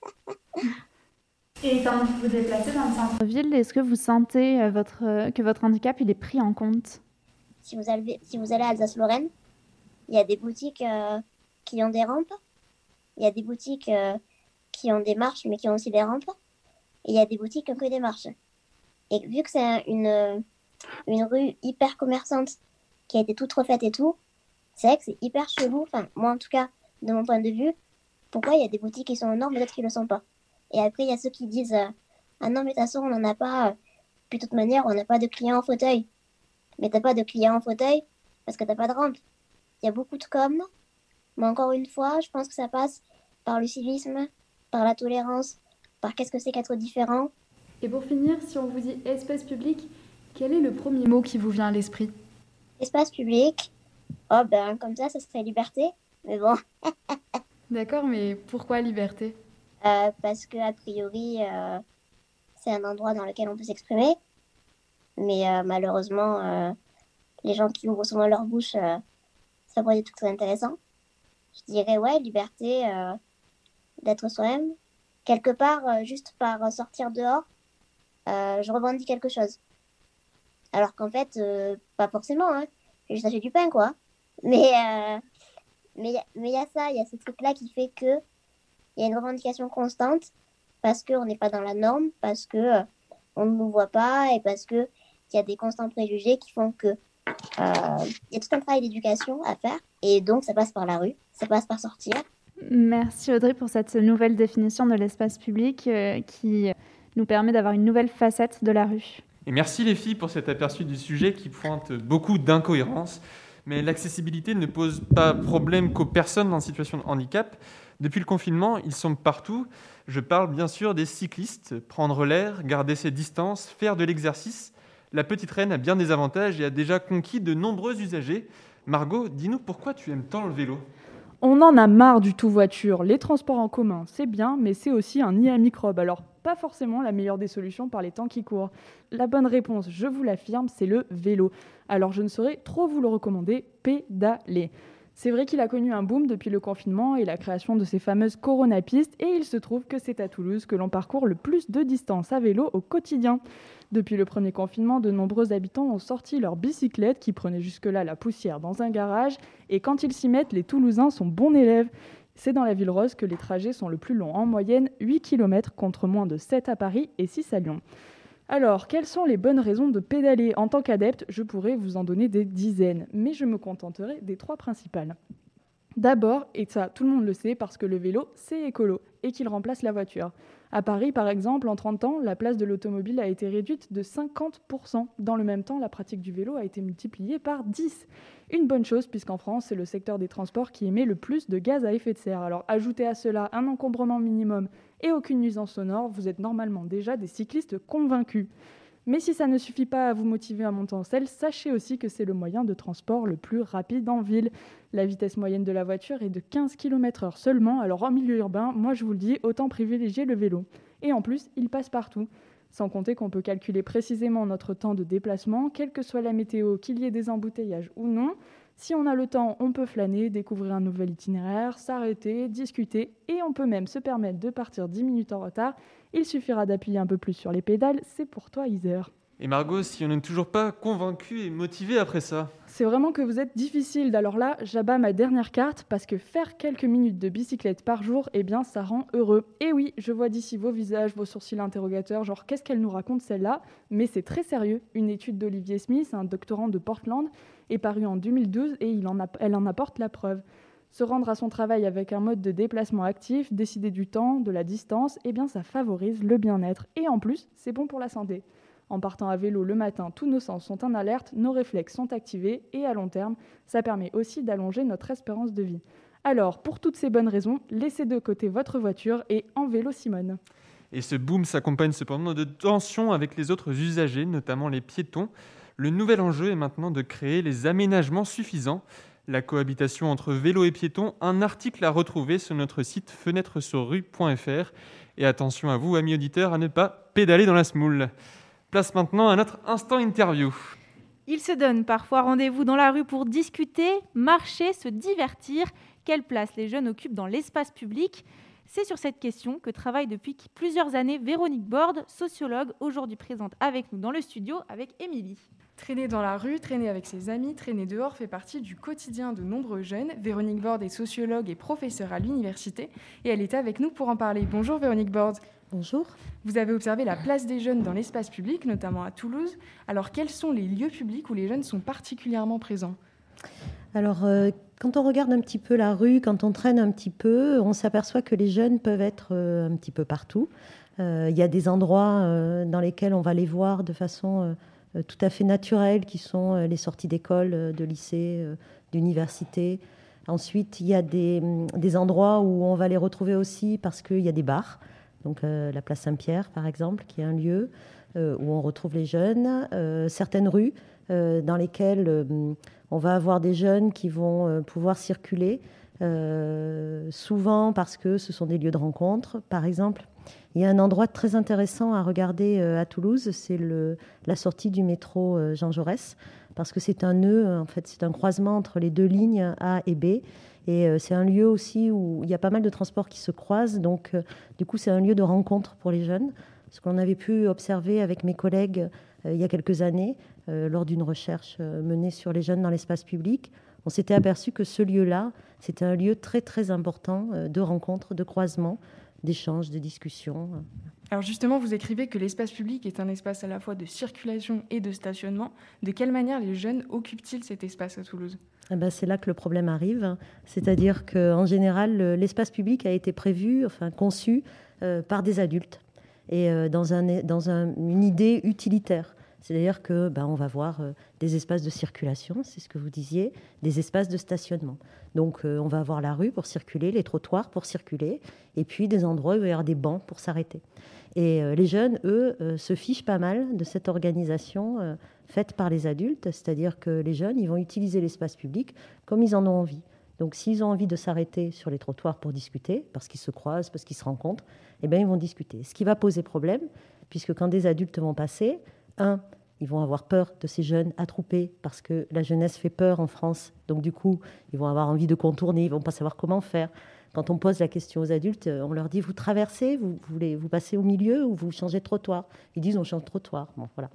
Et quand vous vous déplacez dans le centre-ville, est-ce que vous sentez que votre handicap il est pris en compte ?
Si vous allez à Alsace-Lorraine, il y a des boutiques qui ont des rampes. Il y a des boutiques qui ont des marches, mais qui ont aussi des rampes. Et il y a des boutiques qui ont que des marches. Et vu que c'est une rue hyper commerçante qui a été toute refaite et tout, c'est vrai que c'est hyper chelou. Enfin, moi, en tout cas, de mon point de vue, pourquoi il y a des boutiques qui sont aux normes et d'autres qui ne le sont pas. Et après, il y a ceux qui disent ah non, mais de toute façon, on n'en a pas. Puis de toute manière, on n'a pas de clients en fauteuil. Mais t'as pas de clients en fauteuil parce que t'as pas de rampe. Il y a beaucoup de com', mais encore une fois, je pense que ça passe par le civisme, par la tolérance, par qu'est-ce que c'est qu'être différent.
Et pour finir, si on vous dit espace public, quel est le premier mot qui vous vient à l'esprit ?
Espace public, comme ça serait liberté, mais bon.
D'accord, mais pourquoi liberté ?
Parce que a priori, c'est un endroit dans lequel on peut s'exprimer. Mais malheureusement, les gens qui ouvrent souvent leur bouche, ça pourrait être très intéressant. Je dirais, liberté d'être soi-même. Quelque part, juste par sortir dehors, je revendique quelque chose. Alors qu'en fait, pas forcément, hein. J'ai juste acheté du pain, quoi. Mais il y a ça, il y a ce truc-là qui fait que il y a une revendication constante parce qu'on n'est pas dans la norme, parce que on ne nous voit pas et parce que il y a des constants préjugés qui font que il y a tout un travail d'éducation à faire et donc ça passe par la rue, ça passe par sortir.
Merci Audrey pour cette nouvelle définition de l'espace public qui nous permet d'avoir une nouvelle facette de la rue.
Et merci les filles pour cet aperçu du sujet qui pointe beaucoup d'incohérences. Mais l'accessibilité ne pose pas problème qu'aux personnes en situation de handicap. Depuis le confinement, ils sont partout. Je parle bien sûr des cyclistes. Prendre l'air, garder ses distances, faire de l'exercice. La petite reine a bien des avantages et a déjà conquis de nombreux usagers. Margot, dis-nous pourquoi tu aimes tant le vélo ?
On en a marre du tout voiture. Les transports en commun, c'est bien, mais c'est aussi un nid à microbes. Alors, pas forcément la meilleure des solutions par les temps qui courent. La bonne réponse, je vous l'affirme, c'est le vélo. Alors, je ne saurais trop vous le recommander, pédaler. C'est vrai qu'il a connu un boom depuis le confinement et la création de ces fameuses coronapistes, et il se trouve que c'est à Toulouse que l'on parcourt le plus de distance à vélo au quotidien. Depuis le premier confinement, de nombreux habitants ont sorti leurs bicyclettes qui prenaient jusque-là la poussière dans un garage, et quand ils s'y mettent, les Toulousains sont bons élèves. C'est dans la ville rose que les trajets sont le plus longs, en moyenne 8 km contre moins de 7 à Paris et 6 à Lyon. Alors, quelles sont les bonnes raisons de pédaler ? En tant qu'adepte, je pourrais vous en donner des dizaines, mais je me contenterai des 3 principales. D'abord, et ça tout le monde le sait, parce que le vélo, c'est écolo et qu'il remplace la voiture. À Paris, par exemple, en 30 ans, la place de l'automobile a été réduite de 50%. Dans le même temps, la pratique du vélo a été multipliée par 10. Une bonne chose, puisqu'en France, c'est le secteur des transports qui émet le plus de gaz à effet de serre. Alors, ajoutez à cela un encombrement minimum et aucune nuisance sonore, vous êtes normalement déjà des cyclistes convaincus. Mais si ça ne suffit pas à vous motiver à monter en selle, sachez aussi que c'est le moyen de transport le plus rapide en ville. La vitesse moyenne de la voiture est de 15 km/h seulement, alors en milieu urbain, moi je vous le dis, autant privilégier le vélo. Et en plus, il passe partout. Sans compter qu'on peut calculer précisément notre temps de déplacement, quelle que soit la météo, qu'il y ait des embouteillages ou non. Si on a le temps, on peut flâner, découvrir un nouvel itinéraire, s'arrêter, discuter, et on peut même se permettre de partir 10 minutes en retard. Il suffira d'appuyer un peu plus sur les pédales, c'est pour toi Iser.
Et Margot, si on n'est toujours pas convaincu et motivé après ça ?
C'est vraiment que vous êtes difficile. Alors là, j'abats ma dernière carte parce que faire quelques minutes de bicyclette par jour, eh bien, ça rend heureux. Et oui, je vois d'ici vos visages, vos sourcils interrogateurs, genre qu'est-ce qu'elle nous raconte celle-là ? Mais c'est très sérieux. Une étude d'Olivier Smith, un doctorant de Portland, est parue en 2012 et elle en apporte la preuve. Se rendre à son travail avec un mode de déplacement actif, décider du temps, de la distance, eh bien, ça favorise le bien-être. Et en plus, c'est bon pour la santé. En partant à vélo le matin, tous nos sens sont en alerte, nos réflexes sont activés et à long terme, ça permet aussi d'allonger notre espérance de vie. Alors, pour toutes ces bonnes raisons, laissez de côté votre voiture et en vélo Simone.
Et ce boom s'accompagne cependant de tensions avec les autres usagers, notamment les piétons. Le nouvel enjeu est maintenant de créer les aménagements suffisants. La cohabitation entre vélo et piétons, un article à retrouver sur notre site fenêtre-sur-rue.fr. Et attention à vous, amis auditeurs, à ne pas pédaler dans la semoule. Place maintenant à notre instant interview.
Ils se donnent parfois rendez-vous dans la rue pour discuter, marcher, se divertir. Quelle place les jeunes occupent dans l'espace public ? C'est sur cette question que travaille depuis plusieurs années Véronique Borde, sociologue, aujourd'hui présente avec nous dans le studio avec Émilie.
Traîner dans la rue, traîner avec ses amis, traîner dehors fait partie du quotidien de nombreux jeunes. Véronique Borde est sociologue et professeure à l'université et elle est avec nous pour en parler. Bonjour Véronique Borde.
Bonjour.
Vous avez observé la place des jeunes dans l'espace public, notamment à Toulouse. Alors quels sont les lieux publics où les jeunes sont particulièrement présents ?
Alors, quand on regarde un petit peu la rue, quand on traîne un petit peu, on s'aperçoit que les jeunes peuvent être un petit peu partout. Il y a des endroits dans lesquels on va les voir de façon tout à fait naturelle, qui sont les sorties d'école, de lycée, d'université. Ensuite, il y a des endroits où on va les retrouver aussi parce qu'il y a des bars. Donc, la place Saint-Pierre, par exemple, qui est un lieu où on retrouve les jeunes. Certaines rues dans lesquelles on va avoir des jeunes qui vont pouvoir circuler, souvent parce que ce sont des lieux de rencontre. Par exemple, il y a un endroit très intéressant à regarder à Toulouse, c'est la sortie du métro Jean Jaurès, parce que c'est un nœud, en fait, c'est un croisement entre les deux lignes A et B. Et c'est un lieu aussi où il y a pas mal de transports qui se croisent. Donc, du coup, c'est un lieu de rencontre pour les jeunes. Ce qu'on avait pu observer avec mes collègues il y a quelques années, lors d'une recherche menée sur les jeunes dans l'espace public, on s'était aperçu que ce lieu-là, c'était un lieu très, très important de rencontre, de croisement, d'échange, de discussion.
Alors justement, vous écrivez que l'espace public est un espace à la fois de circulation et de stationnement. De quelle manière les jeunes occupent-ils cet espace à Toulouse ?
Eh ben, c'est là que le problème arrive. C'est-à-dire qu'en général, l'espace public a été conçu par des adultes et dans une idée utilitaire. C'est-à-dire que on va voir des espaces de circulation, c'est ce que vous disiez, des espaces de stationnement. Donc on va avoir la rue pour circuler, les trottoirs pour circuler, et puis des endroits où il va y avoir des bancs pour s'arrêter. Et les jeunes, eux, se fichent pas mal de cette organisation faite par les adultes, c'est-à-dire que les jeunes, ils vont utiliser l'espace public comme ils en ont envie. Donc s'ils ont envie de s'arrêter sur les trottoirs pour discuter, parce qu'ils se croisent, parce qu'ils se rencontrent, eh bien ils vont discuter. Ce qui va poser problème, puisque quand des adultes vont passer, ils vont avoir peur de ces jeunes attroupés parce que la jeunesse fait peur en France. Donc du coup, ils vont avoir envie de contourner, ils ne vont pas savoir comment faire. Quand on pose la question aux adultes, on leur dit, vous traversez, vous passez au milieu ou vous changez de trottoir ? Ils disent, on change de trottoir. Bon, voilà.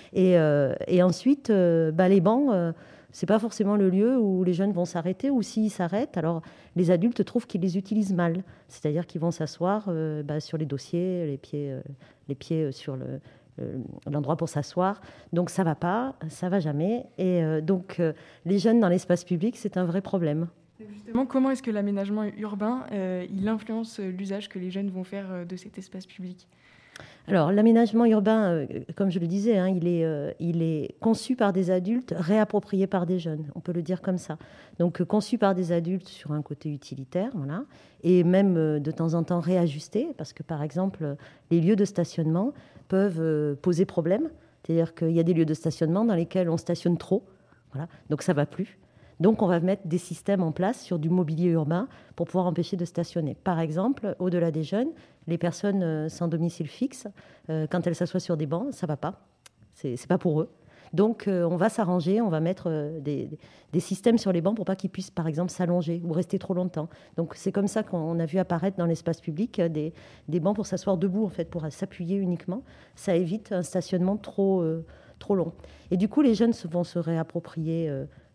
Et ensuite, les bancs, ce n'est pas forcément le lieu où les jeunes vont s'arrêter, ou s'ils s'arrêtent, alors les adultes trouvent qu'ils les utilisent mal. C'est-à-dire qu'ils vont s'asseoir sur les dossiers, les pieds sur l'endroit pour s'asseoir. Donc ça ne va pas, ça ne va jamais. Et donc les jeunes dans l'espace public, c'est un vrai problème.
Justement, comment est-ce que l'aménagement urbain il influence l'usage que les jeunes vont faire de cet espace public ?
Alors, l'aménagement urbain, comme je le disais, il est conçu par des adultes, réapproprié par des jeunes, on peut le dire comme ça. Donc, conçu par des adultes sur un côté utilitaire, voilà, et même de temps en temps réajusté, parce que, par exemple, les lieux de stationnement peuvent poser problème. C'est-à-dire qu'il y a des lieux de stationnement dans lesquels on stationne trop, voilà, donc ça ne va plus. Donc, on va mettre des systèmes en place sur du mobilier urbain pour pouvoir empêcher de stationner. Par exemple, au-delà des jeunes, les personnes sans domicile fixe, quand elles s'assoient sur des bancs, ça ne va pas. C'est pas pour eux. Donc, on va s'arranger, on va mettre des systèmes sur les bancs pour pas qu'ils puissent, par exemple, s'allonger ou rester trop longtemps. Donc, c'est comme ça qu'on a vu apparaître dans l'espace public des bancs pour s'asseoir debout, en fait, pour s'appuyer uniquement. Ça évite un stationnement trop long. Et du coup, les jeunes vont se réapproprier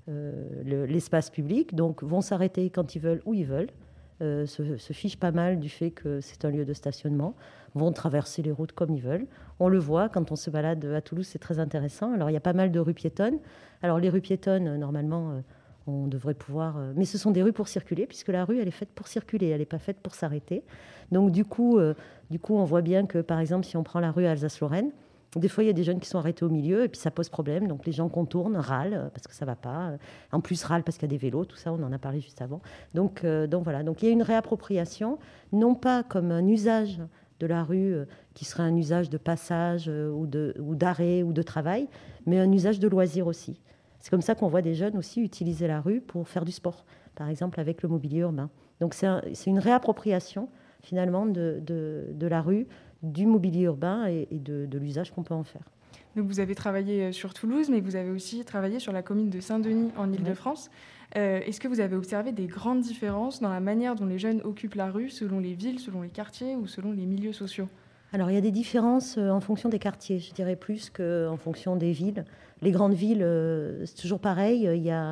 l'espace public, donc vont s'arrêter quand ils veulent, où ils veulent, se fichent pas mal du fait que c'est un lieu de stationnement, vont traverser les routes comme ils veulent. On le voit quand on se balade à Toulouse, c'est très intéressant. Alors il y a pas mal de rues piétonnes. Alors les rues piétonnes, normalement, on devrait pouvoir... mais ce sont des rues pour circuler, puisque la rue, elle est faite pour circuler, elle n'est pas faite pour s'arrêter. Donc du coup, on voit bien que, par exemple, si on prend la rue Alsace-Lorraine, Des fois, il y a des jeunes qui sont arrêtés au milieu et puis ça pose problème. Donc les gens contournent, râlent parce que ça ne va pas. En plus, râlent parce qu'il y a des vélos, tout ça, on en a parlé juste avant. Donc voilà. Donc il y a une réappropriation, non pas comme un usage de la rue qui serait un usage de passage ou d'arrêt ou de travail, mais un usage de loisir aussi. C'est comme ça qu'on voit des jeunes aussi utiliser la rue pour faire du sport, par exemple avec le mobilier urbain. Donc c'est une réappropriation finalement de la rue, du mobilier urbain et de l'usage qu'on peut en faire.
Donc vous avez travaillé sur Toulouse, mais vous avez aussi travaillé sur la commune de Saint-Denis en Île-de-France. Est-ce que vous avez observé des grandes différences dans la manière dont les jeunes occupent la rue selon les villes, selon les quartiers ou selon les milieux sociaux ?
Alors, il y a des différences en fonction des quartiers, je dirais plus qu'en fonction des villes. Les grandes villes, c'est toujours pareil.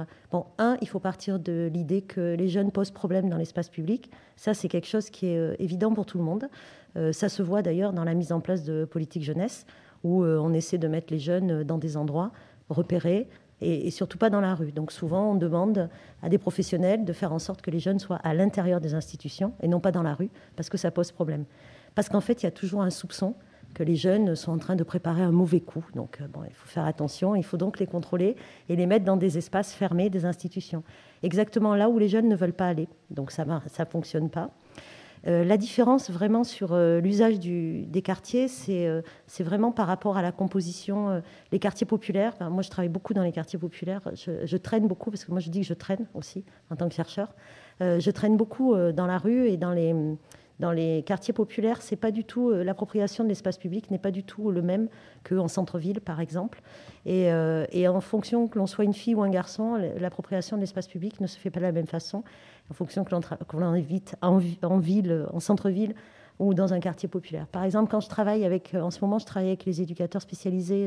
Il faut partir de l'idée que les jeunes posent problème dans l'espace public. Ça, c'est quelque chose qui est évident pour tout le monde. Ça se voit d'ailleurs dans la mise en place de politiques jeunesse, où on essaie de mettre les jeunes dans des endroits repérés, et surtout pas dans la rue. Donc souvent, on demande à des professionnels de faire en sorte que les jeunes soient à l'intérieur des institutions et non pas dans la rue, parce que ça pose problème. Parce qu'en fait, il y a toujours un soupçon que les jeunes sont en train de préparer un mauvais coup. Donc, il faut faire attention. Il faut donc les contrôler et les mettre dans des espaces fermés des institutions. Exactement là où les jeunes ne veulent pas aller. Donc, ça ne fonctionne pas. La différence vraiment sur l'usage des quartiers, c'est vraiment par rapport à la composition. Les quartiers populaires, moi je travaille beaucoup dans les quartiers populaires, je traîne beaucoup, parce que moi je dis que je traîne aussi en tant que chercheur. Je traîne beaucoup dans la rue et dans les quartiers populaires, c'est pas du tout l'appropriation de l'espace public n'est pas du tout le même qu'en centre-ville, par exemple. Et en fonction que l'on soit une fille ou un garçon, l'appropriation de l'espace public ne se fait pas de la même façon, en fonction que l'on invite en ville, en centre-ville ou dans un quartier populaire. Par exemple, quand je travaille en ce moment, je travaille avec les éducateurs spécialisés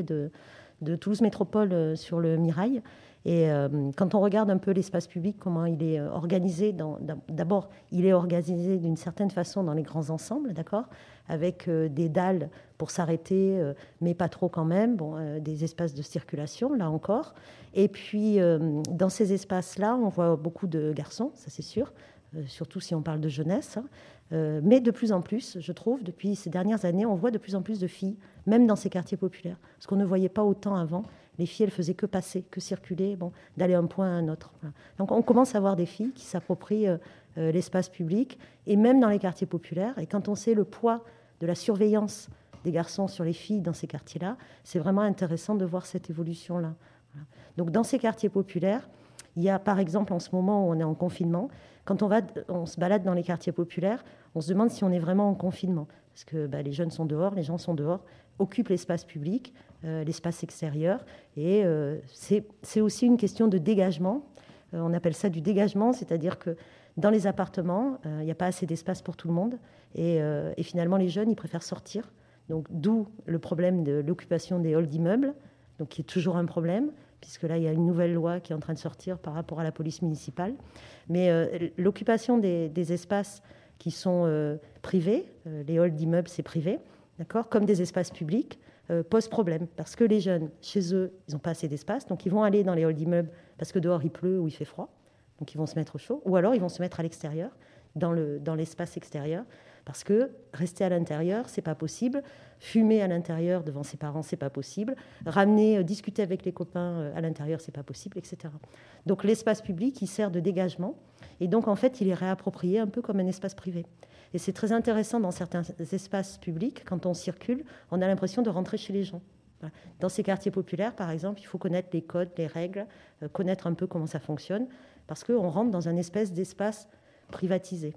de Toulouse Métropole sur le Mirail. Et quand on regarde un peu l'espace public, comment il est organisé, d'abord, il est organisé d'une certaine façon dans les grands ensembles, d'accord, avec des dalles pour s'arrêter, mais pas trop quand même, des espaces de circulation, là encore. Et puis, dans ces espaces-là, on voit beaucoup de garçons, ça c'est sûr, surtout si on parle de jeunesse. Mais de plus en plus, je trouve, depuis ces dernières années, on voit de plus en plus de filles, même dans ces quartiers populaires, ce qu'on ne voyait pas autant avant. Les filles, elles faisaient que passer, que circuler, d'aller d'un point à un autre. Voilà. Donc on commence à voir des filles qui s'approprient l'espace public, et même dans les quartiers populaires. Et quand on sait le poids de la surveillance des garçons sur les filles dans ces quartiers-là, c'est vraiment intéressant de voir cette évolution-là. Voilà. Donc dans ces quartiers populaires, il y a par exemple en ce moment où on est en confinement, quand on se balade dans les quartiers populaires, on se demande si on est vraiment en confinement. Parce que les jeunes sont dehors, les gens sont dehors, occupent l'espace public, l'espace extérieur. Et c'est aussi une question de dégagement. On appelle ça du dégagement, c'est-à-dire que dans les appartements, il n'y a pas assez d'espace pour tout le monde. Et finalement, les jeunes, ils préfèrent sortir. Donc, d'où le problème de l'occupation des halls d'immeubles, donc qui est toujours un problème, puisque là, il y a une nouvelle loi qui est en train de sortir par rapport à la police municipale. Mais l'occupation des espaces qui sont privés, les halls d'immeubles, c'est privé, d'accord, comme des espaces publics, pose problème. Parce que les jeunes, chez eux, ils n'ont pas assez d'espace, donc ils vont aller dans les halls d'immeubles parce que dehors, il pleut ou il fait froid, donc ils vont se mettre au chaud, ou alors ils vont se mettre à l'extérieur, dans l'espace extérieur, parce que rester à l'intérieur, c'est pas possible. Fumer à l'intérieur devant ses parents, c'est pas possible. Discuter avec les copains à l'intérieur, c'est pas possible, etc. Donc l'espace public, il sert de dégagement, et donc en fait, il est réapproprié un peu comme un espace privé. Et c'est très intéressant dans certains espaces publics, quand on circule, on a l'impression de rentrer chez les gens. Voilà. Dans ces quartiers populaires, par exemple, il faut connaître les codes, les règles, connaître un peu comment ça fonctionne, parce qu'on rentre dans un espèce d'espace privatisé.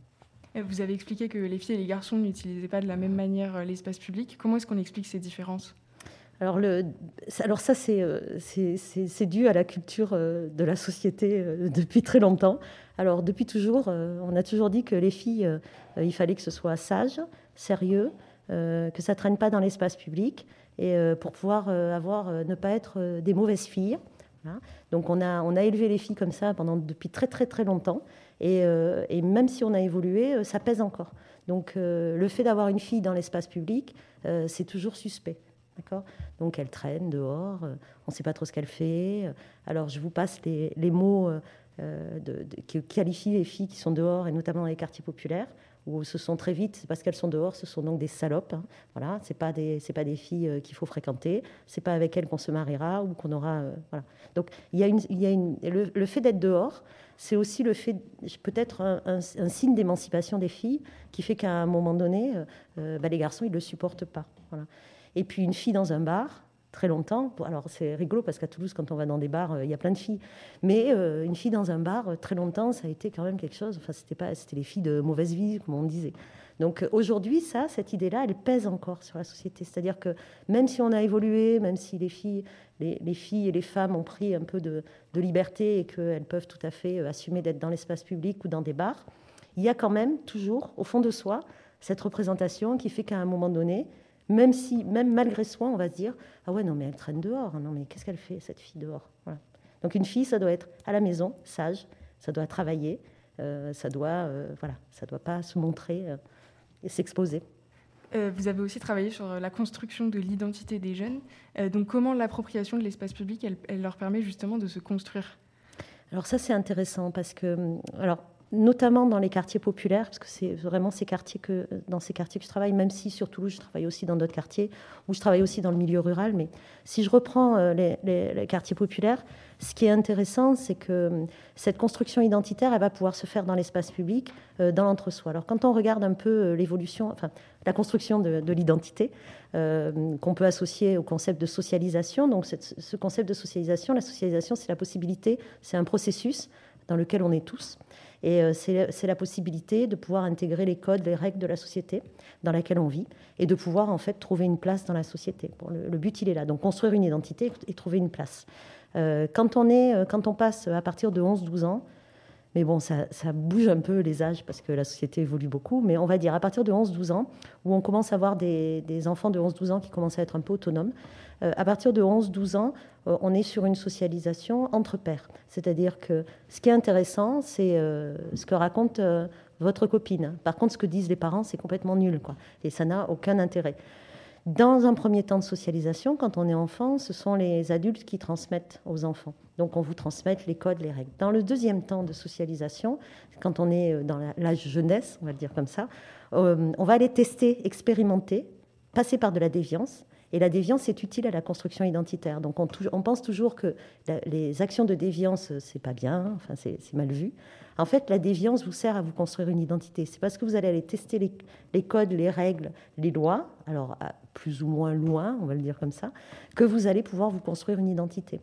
Vous avez expliqué que les filles et les garçons n'utilisaient pas de la même manière l'espace public. Comment est-ce qu'on explique ces différences ?
Alors ça, c'est dû à la culture de la société depuis très longtemps. Alors depuis toujours, on a toujours dit que les filles, il fallait que ce soit sage, sérieux, que ça ne traîne pas dans l'espace public, et pour pouvoir ne pas être des mauvaises filles. Voilà. Donc on a élevé les filles comme ça depuis très très très longtemps, et même si on a évolué, ça pèse encore. Donc le fait d'avoir une fille dans l'espace public, c'est toujours suspect. D'accord ? Donc elle traîne dehors, on ne sait pas trop ce qu'elle fait. Alors je vous passe les mots qui qualifient les filles qui sont dehors, et notamment dans les quartiers populaires. où ce sont très vite, c'est parce qu'elles sont dehors, ce sont donc des salopes. Hein. Voilà, c'est pas des filles qu'il faut fréquenter. C'est pas avec elles qu'on se mariera ou qu'on aura. Voilà. Donc le fait d'être dehors, c'est aussi le fait, peut-être un signe d'émancipation des filles qui fait qu'à un moment donné, les garçons ils le supportent pas. Voilà. Et puis une fille dans un bar. Très longtemps. Alors, c'est rigolo parce qu'à Toulouse, quand on va dans des bars, il y a plein de filles. Mais une fille dans un bar, très longtemps, ça a été quand même quelque chose. Enfin, c'était les filles de mauvaise vie, comme on disait. Donc, aujourd'hui, cette idée-là, elle pèse encore sur la société. C'est-à-dire que même si on a évolué, même si les filles et les femmes ont pris un peu de liberté et qu'elles peuvent tout à fait assumer d'être dans l'espace public ou dans des bars, il y a quand même toujours, au fond de soi, cette représentation qui fait qu'à un moment donné, même malgré soi, on va se dire « Ah ouais, non, mais elle traîne dehors. Non, mais qu'est-ce qu'elle fait, cette fille, dehors ?» Voilà. Donc une fille, ça doit être à la maison, sage, ça doit travailler, ça doit pas se montrer et s'exposer.
Vous avez aussi travaillé sur la construction de l'identité des jeunes. Donc comment l'appropriation de l'espace public, elle leur permet justement de se construire ?
Alors ça, c'est intéressant parce que... notamment dans les quartiers populaires, parce que c'est vraiment dans ces quartiers que je travaille, même si sur Toulouse, je travaille aussi dans d'autres quartiers, où je travaille aussi dans le milieu rural. Mais si je reprends les quartiers populaires, ce qui est intéressant, c'est que cette construction identitaire, elle va pouvoir se faire dans l'espace public, dans l'entre-soi. Alors quand on regarde un peu l'évolution, la construction de l'identité, qu'on peut associer au concept de socialisation, donc ce concept de socialisation, la socialisation, c'est la possibilité, c'est un processus dans lequel on est tous. Et c'est la possibilité de pouvoir intégrer les codes, les règles de la société dans laquelle on vit et de pouvoir en fait trouver une place dans la société. Bon, le but, il est là. Donc construire une identité et trouver une place. Quand on passe à partir de 11-12 ans, mais bon, ça bouge un peu les âges parce que la société évolue beaucoup, mais on va dire à partir de 11-12 ans, où on commence à avoir des enfants de 11-12 ans qui commencent à être un peu autonomes, à partir de 11-12 ans, on est sur une socialisation entre pairs. C'est-à-dire que ce qui est intéressant, c'est ce que raconte votre copine. Par contre, ce que disent les parents, c'est complètement nul, quoi. Et ça n'a aucun intérêt. Dans un premier temps de socialisation, quand on est enfant, ce sont les adultes qui transmettent aux enfants. Donc, on vous transmet les codes, les règles. Dans le deuxième temps de socialisation, quand on est dans l'âge jeunesse, on va le dire comme ça, on va aller tester, expérimenter, passer par de la déviance. Et la déviance est utile à la construction identitaire. Donc, on pense toujours que les actions de déviance, c'est pas bien, enfin, c'est mal vu. En fait, la déviance vous sert à vous construire une identité. C'est parce que vous allez aller tester les codes, les règles, les lois, alors à plus ou moins loin, on va le dire comme ça, que vous allez pouvoir vous construire une identité.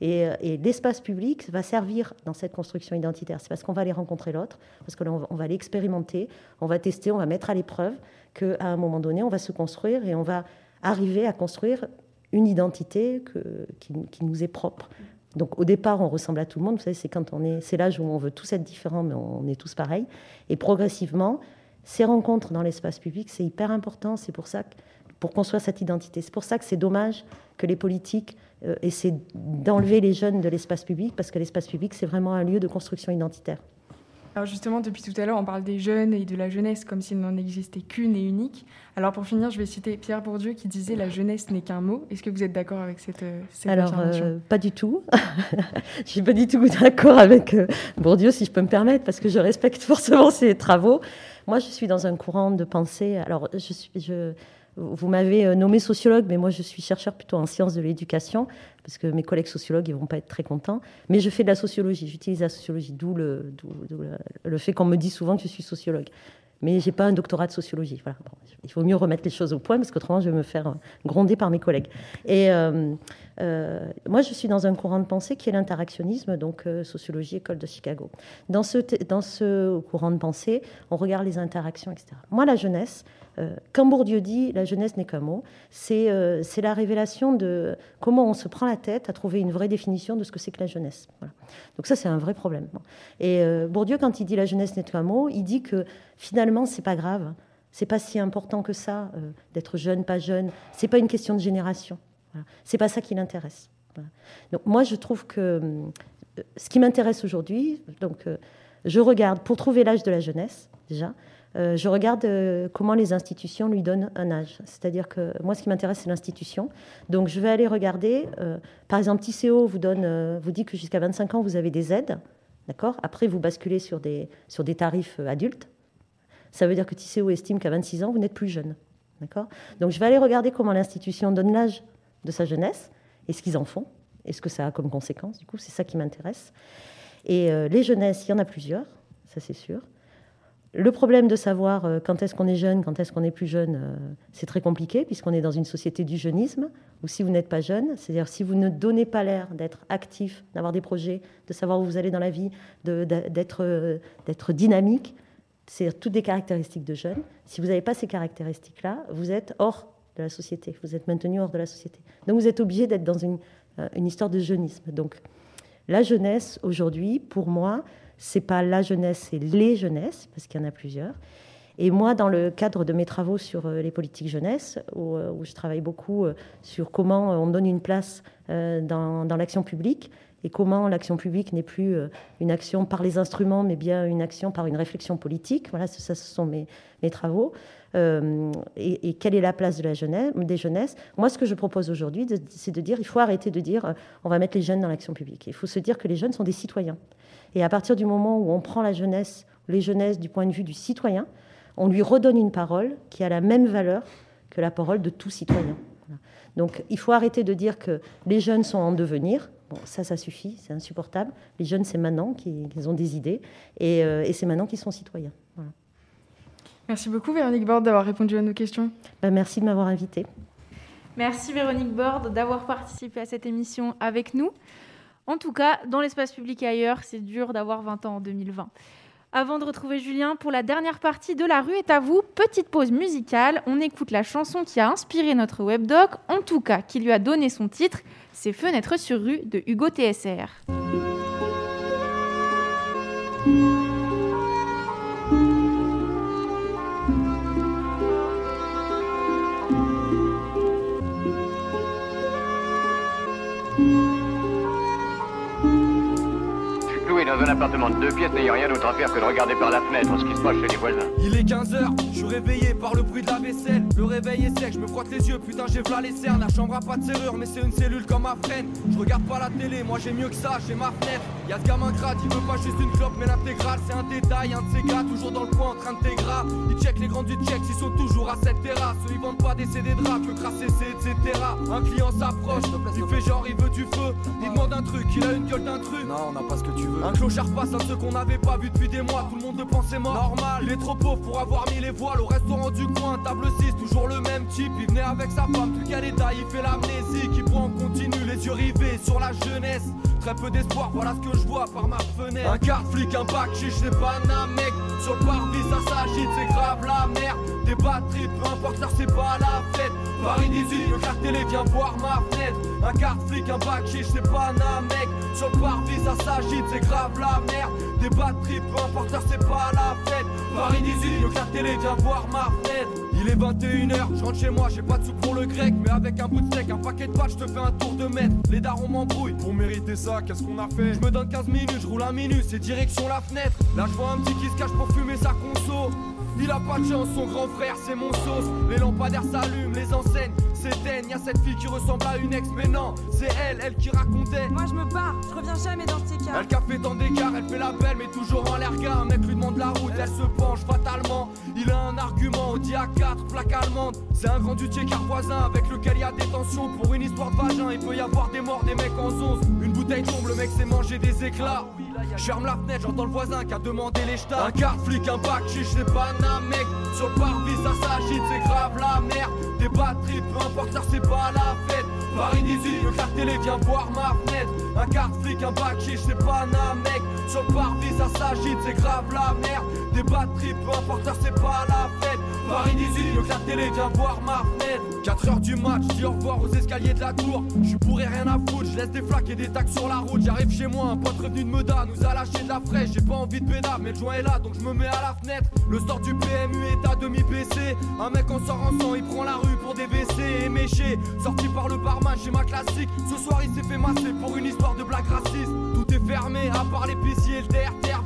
Et l'espace public va servir dans cette construction identitaire. C'est parce qu'on va aller rencontrer l'autre, parce qu'on va aller expérimenter, on va tester, on va mettre à l'épreuve qu'à un moment donné, on va se construire et on va arriver à construire une identité qui nous est propre. Donc au départ, on ressemble à tout le monde. Vous savez, c'est l'âge où on veut tous être différents, mais on est tous pareils. Et progressivement, ces rencontres dans l'espace public, c'est hyper important. C'est pour ça pour construire cette identité. C'est pour ça que c'est dommage que les politiques essaient d'enlever les jeunes de l'espace public, parce que l'espace public, c'est vraiment un lieu de construction identitaire.
Alors justement, depuis tout à l'heure, on parle des jeunes et de la jeunesse comme s'il n'en existait qu'une et unique. Alors pour finir, je vais citer Pierre Bourdieu qui disait « La jeunesse n'est qu'un mot ». Est-ce que vous êtes d'accord avec cette affirmation ?
Alors, pas du tout. Je ne suis pas du tout d'accord avec Bourdieu, si je peux me permettre, parce que je respecte forcément ses travaux. Moi, je suis dans un courant de pensée. Alors, vous m'avez nommé sociologue, mais moi, je suis chercheur plutôt en sciences de l'éducation, parce que mes collègues sociologues, ils ne vont pas être très contents. Mais je fais de la sociologie, j'utilise la sociologie, d'où le fait qu'on me dit souvent que je suis sociologue. Mais je n'ai pas un doctorat de sociologie. Voilà. Bon, il faut mieux remettre les choses au point, parce qu'autrement, je vais me faire gronder par mes collègues. Et moi, je suis dans un courant de pensée qui est l'interactionnisme, donc sociologie, école de Chicago. Dans ce courant de pensée, on regarde les interactions, etc. Moi, la jeunesse, quand Bourdieu dit « la jeunesse n'est qu'un mot », c'est la révélation de comment on se prend la tête à trouver une vraie définition de ce que c'est que la jeunesse. Voilà. Donc ça, c'est un vrai problème. Et Bourdieu, quand il dit « la jeunesse n'est qu'un mot », il dit que finalement, c'est pas grave, c'est pas si important que ça d'être jeune, pas jeune, c'est pas une question de génération. Voilà. C'est pas ça qui l'intéresse. Voilà. Donc moi, je trouve que ce qui m'intéresse aujourd'hui, donc je regarde pour trouver l'âge de la jeunesse déjà. Je regarde comment les institutions lui donnent un âge. C'est-à-dire que moi, ce qui m'intéresse, c'est l'institution. Donc, je vais aller regarder. Par exemple, Tisséo vous dit que jusqu'à 25 ans, vous avez des aides. D'accord ? Après, vous basculez sur des tarifs adultes. Ça veut dire que Tisséo estime qu'à 26 ans, vous n'êtes plus jeune. D'accord ? Donc je vais aller regarder comment l'institution donne l'âge de sa jeunesse et ce qu'ils en font et ce que ça a comme conséquence. Du coup, c'est ça qui m'intéresse. Et les jeunesses, il y en a plusieurs, ça c'est sûr. Le problème de savoir quand est-ce qu'on est jeune, quand est-ce qu'on est plus jeune, c'est très compliqué puisqu'on est dans une société du jeunisme où si vous n'êtes pas jeune, c'est-à-dire si vous ne donnez pas l'air d'être actif, d'avoir des projets, de savoir où vous allez dans la vie, d'être dynamique, c'est toutes des caractéristiques de jeune. Si vous n'avez pas ces caractéristiques-là, vous êtes hors de la société, vous êtes maintenu hors de la société. Donc vous êtes obligé d'être dans une histoire de jeunisme. Donc la jeunesse aujourd'hui, pour moi, c'est pas la jeunesse, c'est les jeunesses, parce qu'il y en a plusieurs. Et moi, dans le cadre de mes travaux sur les politiques jeunesse, où je travaille beaucoup sur comment on donne une place dans l'action publique, et comment l'action publique n'est plus une action par les instruments, mais bien une action par une réflexion politique. Voilà, ça, ce sont mes travaux. Et quelle est la place de des jeunesses ? Moi, ce que je propose aujourd'hui, c'est de dire, il faut arrêter de dire on va mettre les jeunes dans l'action publique. Il faut se dire que les jeunes sont des citoyens. Et à partir du moment où on prend la jeunesse, les jeunesses du point de vue du citoyen, on lui redonne une parole qui a la même valeur que la parole de tout citoyen. Voilà. Donc il faut arrêter de dire que les jeunes sont en devenir. Bon, ça suffit, c'est insupportable. Les jeunes, c'est maintenant qu'ils ont des idées et c'est maintenant qu'ils sont citoyens. Voilà.
Merci beaucoup Véronique Borde d'avoir répondu à nos questions.
Merci de m'avoir invitée.
Merci Véronique Borde d'avoir participé à cette émission avec nous. En tout cas, dans l'espace public et ailleurs, c'est dur d'avoir 20 ans en 2020. Avant de retrouver Julien pour la dernière partie de La rue est à vous, petite pause musicale, on écoute la chanson qui a inspiré notre webdoc, en tout cas qui lui a donné son titre, c'est Fenêtre sur rue de Hugo TSR.
Dans un appartement de 2 pièces, n'ayant rien d'autre à faire que de regarder par la fenêtre ce qui se passe chez les voisins.
Il est 15h, je suis réveillé par le bruit de la vaisselle. Le réveil est sec, je me frotte les yeux, putain j'ai v'là les cernes. La chambre a pas de serrure, mais c'est une cellule comme ma freine. Je regarde pas la télé, moi j'ai mieux que ça, j'ai ma fenêtre. Y'a ce gamin crade, il veut pas juste une clope, mais l'intégrale c'est un détail. Un de ces gars, toujours dans le coin en train de t'égras. Ils checkent les grands du check, ils sont toujours à cette terrasse. Ils vendent pas des CD de rap, le crasser c'est etc. Un client s'approche, il fait genre il veut du feu. Il demande un truc, il a une gueule d'intrus.
Non, on n'a pas ce que tu veux.
Un clochard passe, un ceux qu'on n'avait pas vu depuis des mois. Tout le monde le pensait mort. Normal, il est trop pauvre pour avoir mis les voiles. Au restaurant du coin, table 6, toujours le même type. Il venait avec sa femme, plus qu'à l'état, il fait l'amnésie. Qui prend en continu, les yeux rivés sur la jeunesse. Très peu d'espoir, voilà ce que je vois par ma fenêtre. Un quart flic, un bac chiche, c'est pas un mec. Sur le parvis, ça s'agite, c'est grave la merde. Des batteries, peu importe, ça c'est pas la fête. Paris 18, le quart télé, viens voir ma fenêtre. Un quart flic, un bac chiche, c'est pas un mec. Sur le parvis, ça s'agite, c'est grave la merde. Des batteries, peu importe, ça c'est pas la fête. Paris 18, le quart télé, viens voir ma fenêtre. Il est 21h, je rentre chez moi, j'ai pas de sous pour le grec. Mais avec un bout de steak, un paquet de pâtes, je te fais un tour de maître. Les darons m'embrouillent.
Pour mériter ça, qu'est-ce qu'on a fait?
Je me donne 15 minutes, je roule un minute, c'est direction la fenêtre. Là je vois un petit qui se cache pour fumer sa conso. Il a pas de chance, son grand frère c'est mon sauce. Les lampadaires s'allument, les enseignes s'éteignent. Y'a cette fille qui ressemble à une ex, mais non, c'est elle qui racontait.
Moi je me barre, je reviens jamais dans ces cas.
Elle qu'a fait tant d'écart, elle fait la belle mais toujours en l'air gars. Un mec lui demande la route, elle se penche fatalement. Il a un argument, Audi A4, plaque allemande. C'est un grand dutier car voisin avec lequel il y a des tensions. Pour une histoire de vagin, il peut y avoir des morts, des mecs en zonze. Une bouteille tombe, le mec s'est mangé des éclats. Je ferme la fenêtre, j'entends le voisin qui a demandé les jetats. Un quart flic, un bac chiche, c'est pas un mec. Sur le parvis, ça s'agite, c'est grave la merde. Des batteries, peu importe, ça c'est pas la fête. Paris 18, le quart télé, viens voir ma fenêtre. Un quart flic, un bac chiche, c'est pas un mec. Sur le parvis, ça s'agite, c'est grave la merde. Des batteries, peu importe, ça c'est pas la fête. Paris 18, le quart télé, viens voir ma fenêtre. 4h du match, dis au revoir aux escaliers de la tour. J'suis bourré, rien à foutre, j'laisse des flaques et des tacs sur la route. J'arrive chez moi, un pote revenu de Meda nous a lâché de la fraîche. J'ai pas envie de pédale, mais le joint est là, donc je me mets à la fenêtre. Le store du PMU est à demi baissé. Un mec en sort en sang, il prend la rue pour des WC éméchés. Sorti par le barman, j'ai ma classique. Ce soir il s'est fait masser pour une histoire de blague raciste. Tout est fermé, à part l'épicier et le terre-terre.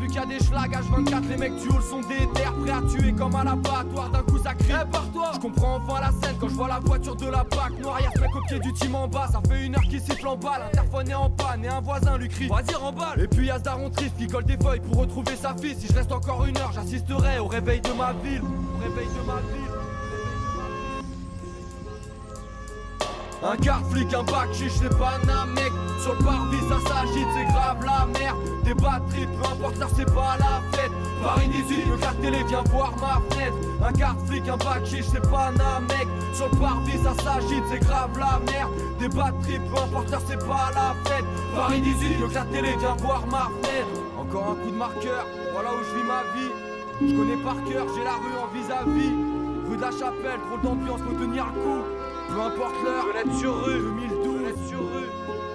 vu qu'il y a des schlags H24, les mecs du hall sont déter, prêts à tuer comme à l'abattoir. D'un coup ça crie, par-toi. Je comprends enfin la scène quand je vois la voiture de la BAC noire. Y'a ce mec au pied du team en bas, ça fait 1 heure qu'il siffle en bas. L'interphone est en panne et un voisin lui crie, vas-y remballe. Et puis y'a ce daron triste qui colle des feuilles pour retrouver sa fille. Si je reste encore 1 heure, j'assisterai au réveil de ma ville. Au réveil de ma ville. Un quart flic, un bac chiche, c'est pas un mec. Sur le parvis ça s'agite, c'est grave la merde. Des batteries, peu importe l'heure, c'est pas la fête. Paris 18, le quart télé, viens voir ma fenêtre. Un quart flic, un bac chiche, c'est pas un mec. Sur le parvis ça s'agite, c'est grave la merde. Des batteries, peu importe l'heure, c'est pas la fête. Paris 18, le quart télé, viens voir ma fenêtre. Encore un coup de marqueur, voilà où je vis ma vie. Je connais par cœur, j'ai la rue en vis-à-vis. Rue de la Chapelle, trop d'ambiance, faut tenir le coup. Peu importe l'heure, fenêtre sur rue, 2012, fenêtre sur rue.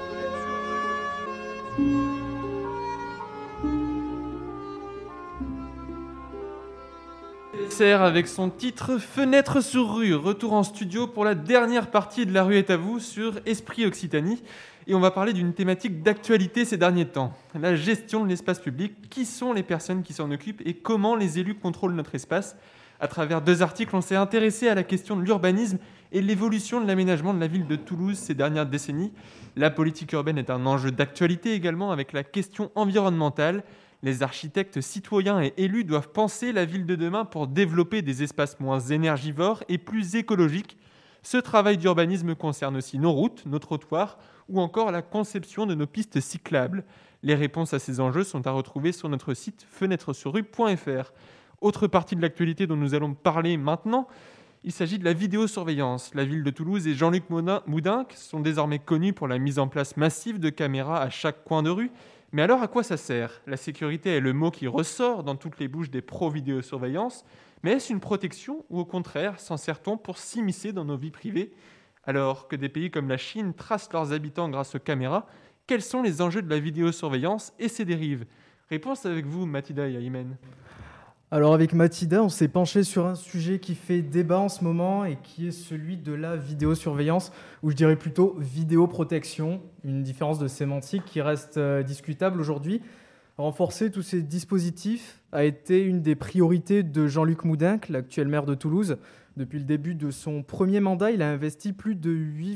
Sert avec son titre Fenêtre sur rue. Retour en studio pour la dernière partie de La rue est à vous sur Esprit Occitanie. Et on va parler d'une thématique d'actualité ces derniers temps. La gestion de l'espace public. Qui sont les personnes qui s'en occupent et comment les élus contrôlent notre espace ? À travers 2 articles, on s'est intéressé à la question de l'urbanisme et l'évolution de l'aménagement de la ville de Toulouse ces dernières décennies. La politique urbaine est un enjeu d'actualité également avec la question environnementale. Les architectes, citoyens et élus doivent penser la ville de demain pour développer des espaces moins énergivores et plus écologiques. Ce travail d'urbanisme concerne aussi nos routes, nos trottoirs ou encore la conception de nos pistes cyclables. Les réponses à ces enjeux sont à retrouver sur notre site fenêtresurrue.fr. Autre partie de l'actualité dont nous allons parler maintenant, il s'agit de la vidéosurveillance. La ville de Toulouse et Jean-Luc Moudenc sont désormais connus pour la mise en place massive de caméras à chaque coin de rue. Mais alors à quoi ça sert ? La sécurité est le mot qui ressort dans toutes les bouches des pro-vidéosurveillance, mais est-ce une protection ou au contraire s'en sert-on pour s'immiscer dans nos vies privées ? Alors que des pays comme la Chine tracent leurs habitants grâce aux caméras, quels sont les enjeux de la vidéosurveillance et ses dérives ? Réponse avec vous, Mathilda et Aymen.
Alors avec Mathilda, on s'est penché sur un sujet qui fait débat en ce moment et qui est celui de la vidéosurveillance, ou je dirais plutôt vidéoprotection, une différence de sémantique qui reste discutable aujourd'hui. Renforcer tous ces dispositifs a été une des priorités de Jean-Luc Moudenc, l'actuel maire de Toulouse. Depuis le début de son premier mandat, il a investi plus de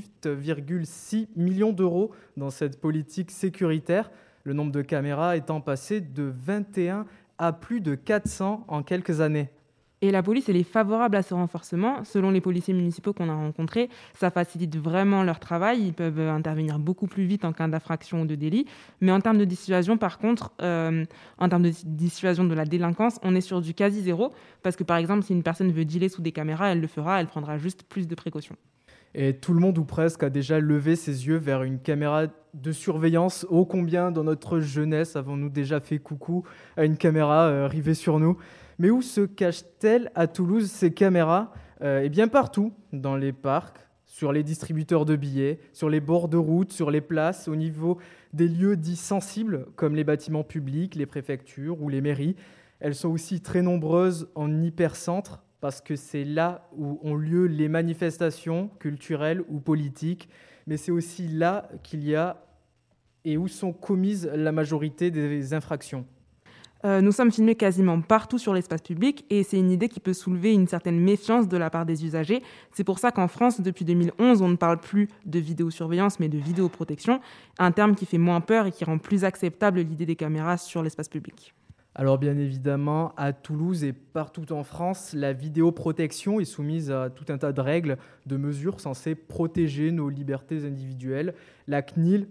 8,6 millions d'euros dans cette politique sécuritaire, le nombre de caméras étant passé de 21 à plus de 400 en quelques années.
Et la police, elle est favorable à ce renforcement. Selon les policiers municipaux qu'on a rencontrés, ça facilite vraiment leur travail. Ils peuvent intervenir beaucoup plus vite en cas d'infraction ou de délit. Mais en termes de dissuasion, par contre, en termes de dissuasion de la délinquance, on est sur du quasi zéro. Parce que, par exemple, si une personne veut dealer sous des caméras, elle le fera, elle prendra juste plus de précautions.
Et tout le monde ou presque a déjà levé ses yeux vers une caméra de surveillance. Ô combien dans notre jeunesse avons-nous déjà fait coucou à une caméra rivée sur nous ? Mais où se cachent-elles à Toulouse ces caméras ? Eh bien partout, dans les parcs, sur les distributeurs de billets, sur les bords de route, sur les places, au niveau des lieux dits sensibles comme les bâtiments publics, les préfectures ou les mairies. Elles sont aussi très nombreuses en hypercentre, parce que c'est là où ont lieu les manifestations culturelles ou politiques, mais c'est aussi là qu'il y a et où sont commises la majorité des infractions.
Nous sommes filmés quasiment partout sur l'espace public et c'est une idée qui peut soulever une certaine méfiance de la part des usagers. C'est pour ça qu'en France, depuis 2011, on ne parle plus de vidéosurveillance mais de vidéoprotection, un terme qui fait moins peur et qui rend plus acceptable l'idée des caméras sur l'espace public.
Alors bien évidemment, à Toulouse et partout en France, la vidéoprotection est soumise à tout un tas de règles, de mesures censées protéger nos libertés individuelles. La CNIL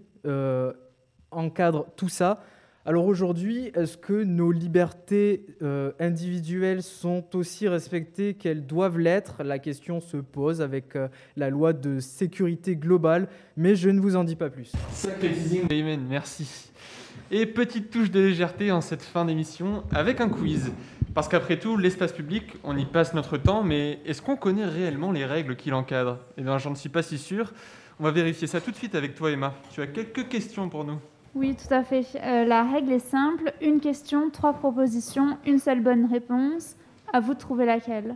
encadre tout ça. Alors aujourd'hui, est-ce que nos libertés individuelles sont aussi respectées qu'elles doivent l'être ? La question se pose avec la loi de sécurité globale, mais je ne vous en dis pas plus.
Sacré teasing, Aymen, merci. Et petite touche de légèreté en cette fin d'émission avec un quiz. Parce qu'après tout, l'espace public, on y passe notre temps, mais est-ce qu'on connaît réellement les règles qui l'encadrent ? Eh bien, j'en suis pas si sûr. On va vérifier ça tout de suite avec toi, Emma. Tu as quelques questions pour nous.
Oui, tout à fait. La règle est simple. Une question, 3 propositions, une seule bonne réponse. À vous de trouver laquelle.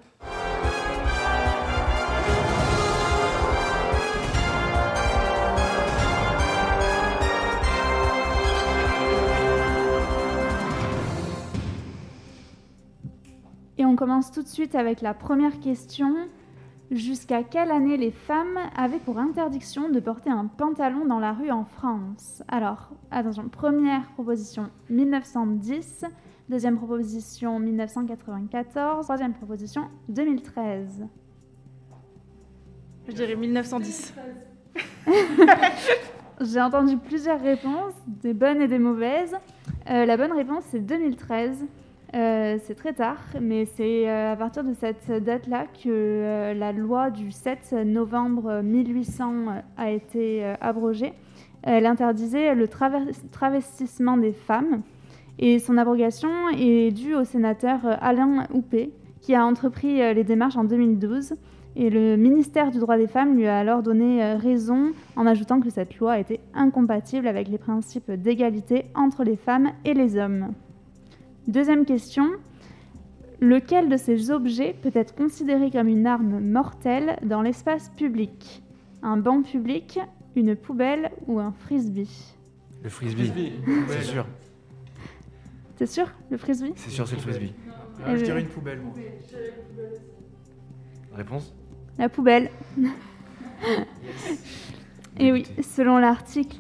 on commence tout de suite avec la première question. Jusqu'à quelle année les femmes avaient pour interdiction de porter un pantalon dans la rue en France? Alors, attention, première proposition 1910, deuxième proposition 1994, troisième proposition 2013.
Je dirais 1910.
J'ai entendu plusieurs réponses, des bonnes et des mauvaises. La bonne réponse, c'est 2013. C'est très tard, mais c'est à partir de cette date-là que la loi du 7 novembre 1800 a été abrogée. Elle interdisait le travestissement des femmes, et son abrogation est due au sénateur Alain Houpé, qui a entrepris les démarches en 2012. Et le ministère du droit des femmes lui a alors donné raison en ajoutant que cette loi était incompatible avec les principes d'égalité entre les femmes et les hommes. Deuxième question. Lequel de ces objets peut être considéré comme une arme mortelle dans l'espace public? Un banc public, une poubelle ou un frisbee?
Le frisbee, c'est sûr.
C'est sûr, le frisbee?
C'est sûr, c'est le frisbee.
Je dirais une poubelle, moi.
Réponse?
La poubelle. Et oui, selon l'article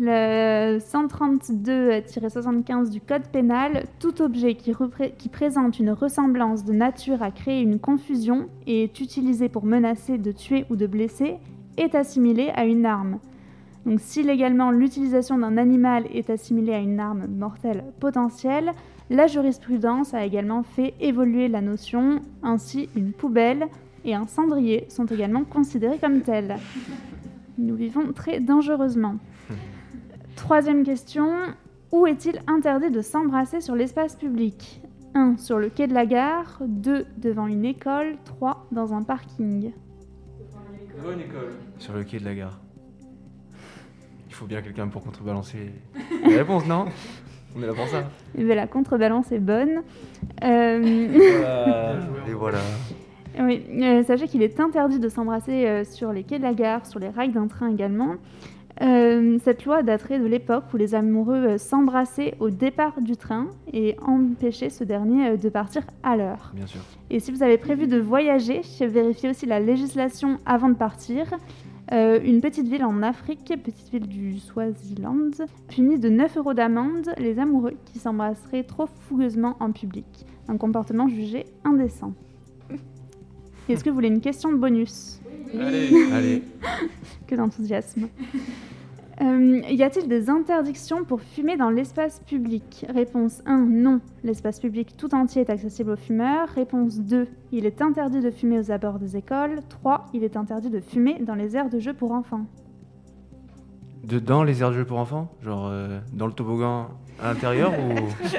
132-75 du Code pénal, tout objet qui présente une ressemblance de nature à créer une confusion et est utilisé pour menacer de tuer ou de blesser est assimilé à une arme. Donc, si légalement l'utilisation d'un animal est assimilée à une arme mortelle potentielle, la jurisprudence a également fait évoluer la notion. Ainsi, une poubelle et un cendrier sont également considérés comme tels. Nous vivons très dangereusement. Troisième question. Où est-il interdit de s'embrasser sur l'espace public? 1. Sur le quai de la gare. 2. Devant une école. 3. Dans un parking.
Devant une école.
Sur le quai de la gare. Il faut bien quelqu'un pour contrebalancer les réponses, non? On est là pour ça.
Et bien, la contrebalance est bonne.
Et voilà.
Oui, sachez qu'il est interdit de s'embrasser sur les quais de la gare, sur les rails d'un train également. Cette loi daterait de l'époque où les amoureux s'embrassaient au départ du train et empêchaient ce dernier de partir à l'heure.
Bien sûr.
Et si vous avez prévu de voyager, vérifiez aussi la législation avant de partir. Une petite ville en Afrique, petite ville du Swaziland, punit de 9 € d'amende les amoureux qui s'embrasseraient trop fougueusement en public. Un comportement jugé indécent. Est-ce que vous voulez une question de bonus?
Allez.
Que d'enthousiasme. Y a-t-il des interdictions pour fumer dans l'espace public? Réponse 1, non. L'espace public tout entier est accessible aux fumeurs. Réponse 2, il est interdit de fumer aux abords des écoles. 3, il est interdit de fumer dans les aires de jeu pour enfants.
Dans les aires de jeu pour enfants? Genre dans le toboggan à l'intérieur ou...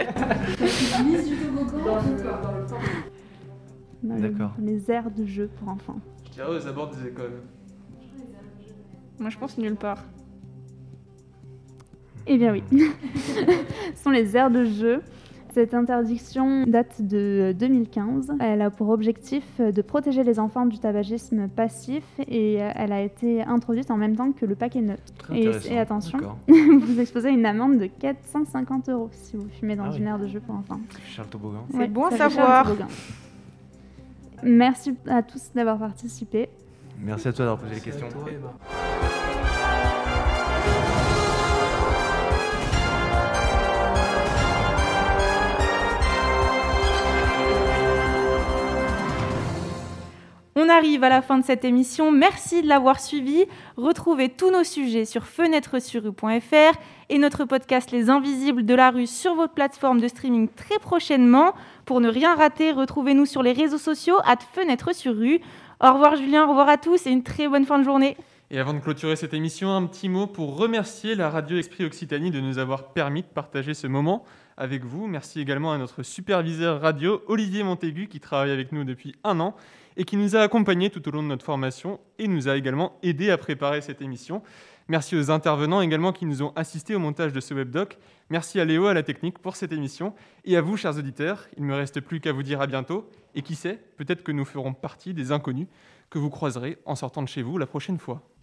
D'accord.
Dans les aires de jeu pour enfants.
Je dirais aux abords des écoles.
Moi, je pense nulle part.
Eh bien oui. Ce sont les aires de jeu. Cette interdiction date de 2015. Elle a pour objectif de protéger les enfants du tabagisme passif et elle a été introduite en même temps que le paquet neutre. Et attention, vous exposez à une amende de 450 € si vous fumez dans une aire de jeu pour enfants.
Charles Toboggan.
C'est bon à savoir.
Merci à tous d'avoir participé.
Merci à toi d'avoir posé les questions.
On arrive à la fin de cette émission. Merci de l'avoir suivi. Retrouvez tous nos sujets sur fenêtre-sur-rue.fr et notre podcast Les Invisibles de la rue sur votre plateforme de streaming très prochainement. Pour ne rien rater, retrouvez-nous sur les réseaux sociaux @fenêtre-sur-rue. Au revoir Julien, au revoir à tous et une très bonne fin de journée.
Et avant de clôturer cette émission, un petit mot pour remercier la radio Esprit Occitanie de nous avoir permis de partager ce moment avec vous. Merci également à notre superviseur radio, Olivier Montaigu, qui travaille avec nous depuis 1 an et qui nous a accompagnés tout au long de notre formation et nous a également aidés à préparer cette émission. Merci aux intervenants également qui nous ont assistés au montage de ce webdoc. Merci à Léo, à la technique, pour cette émission. Et à vous, chers auditeurs, il ne me reste plus qu'à vous dire à bientôt. Et qui sait, peut-être que nous ferons partie des inconnus que vous croiserez en sortant de chez vous la prochaine fois.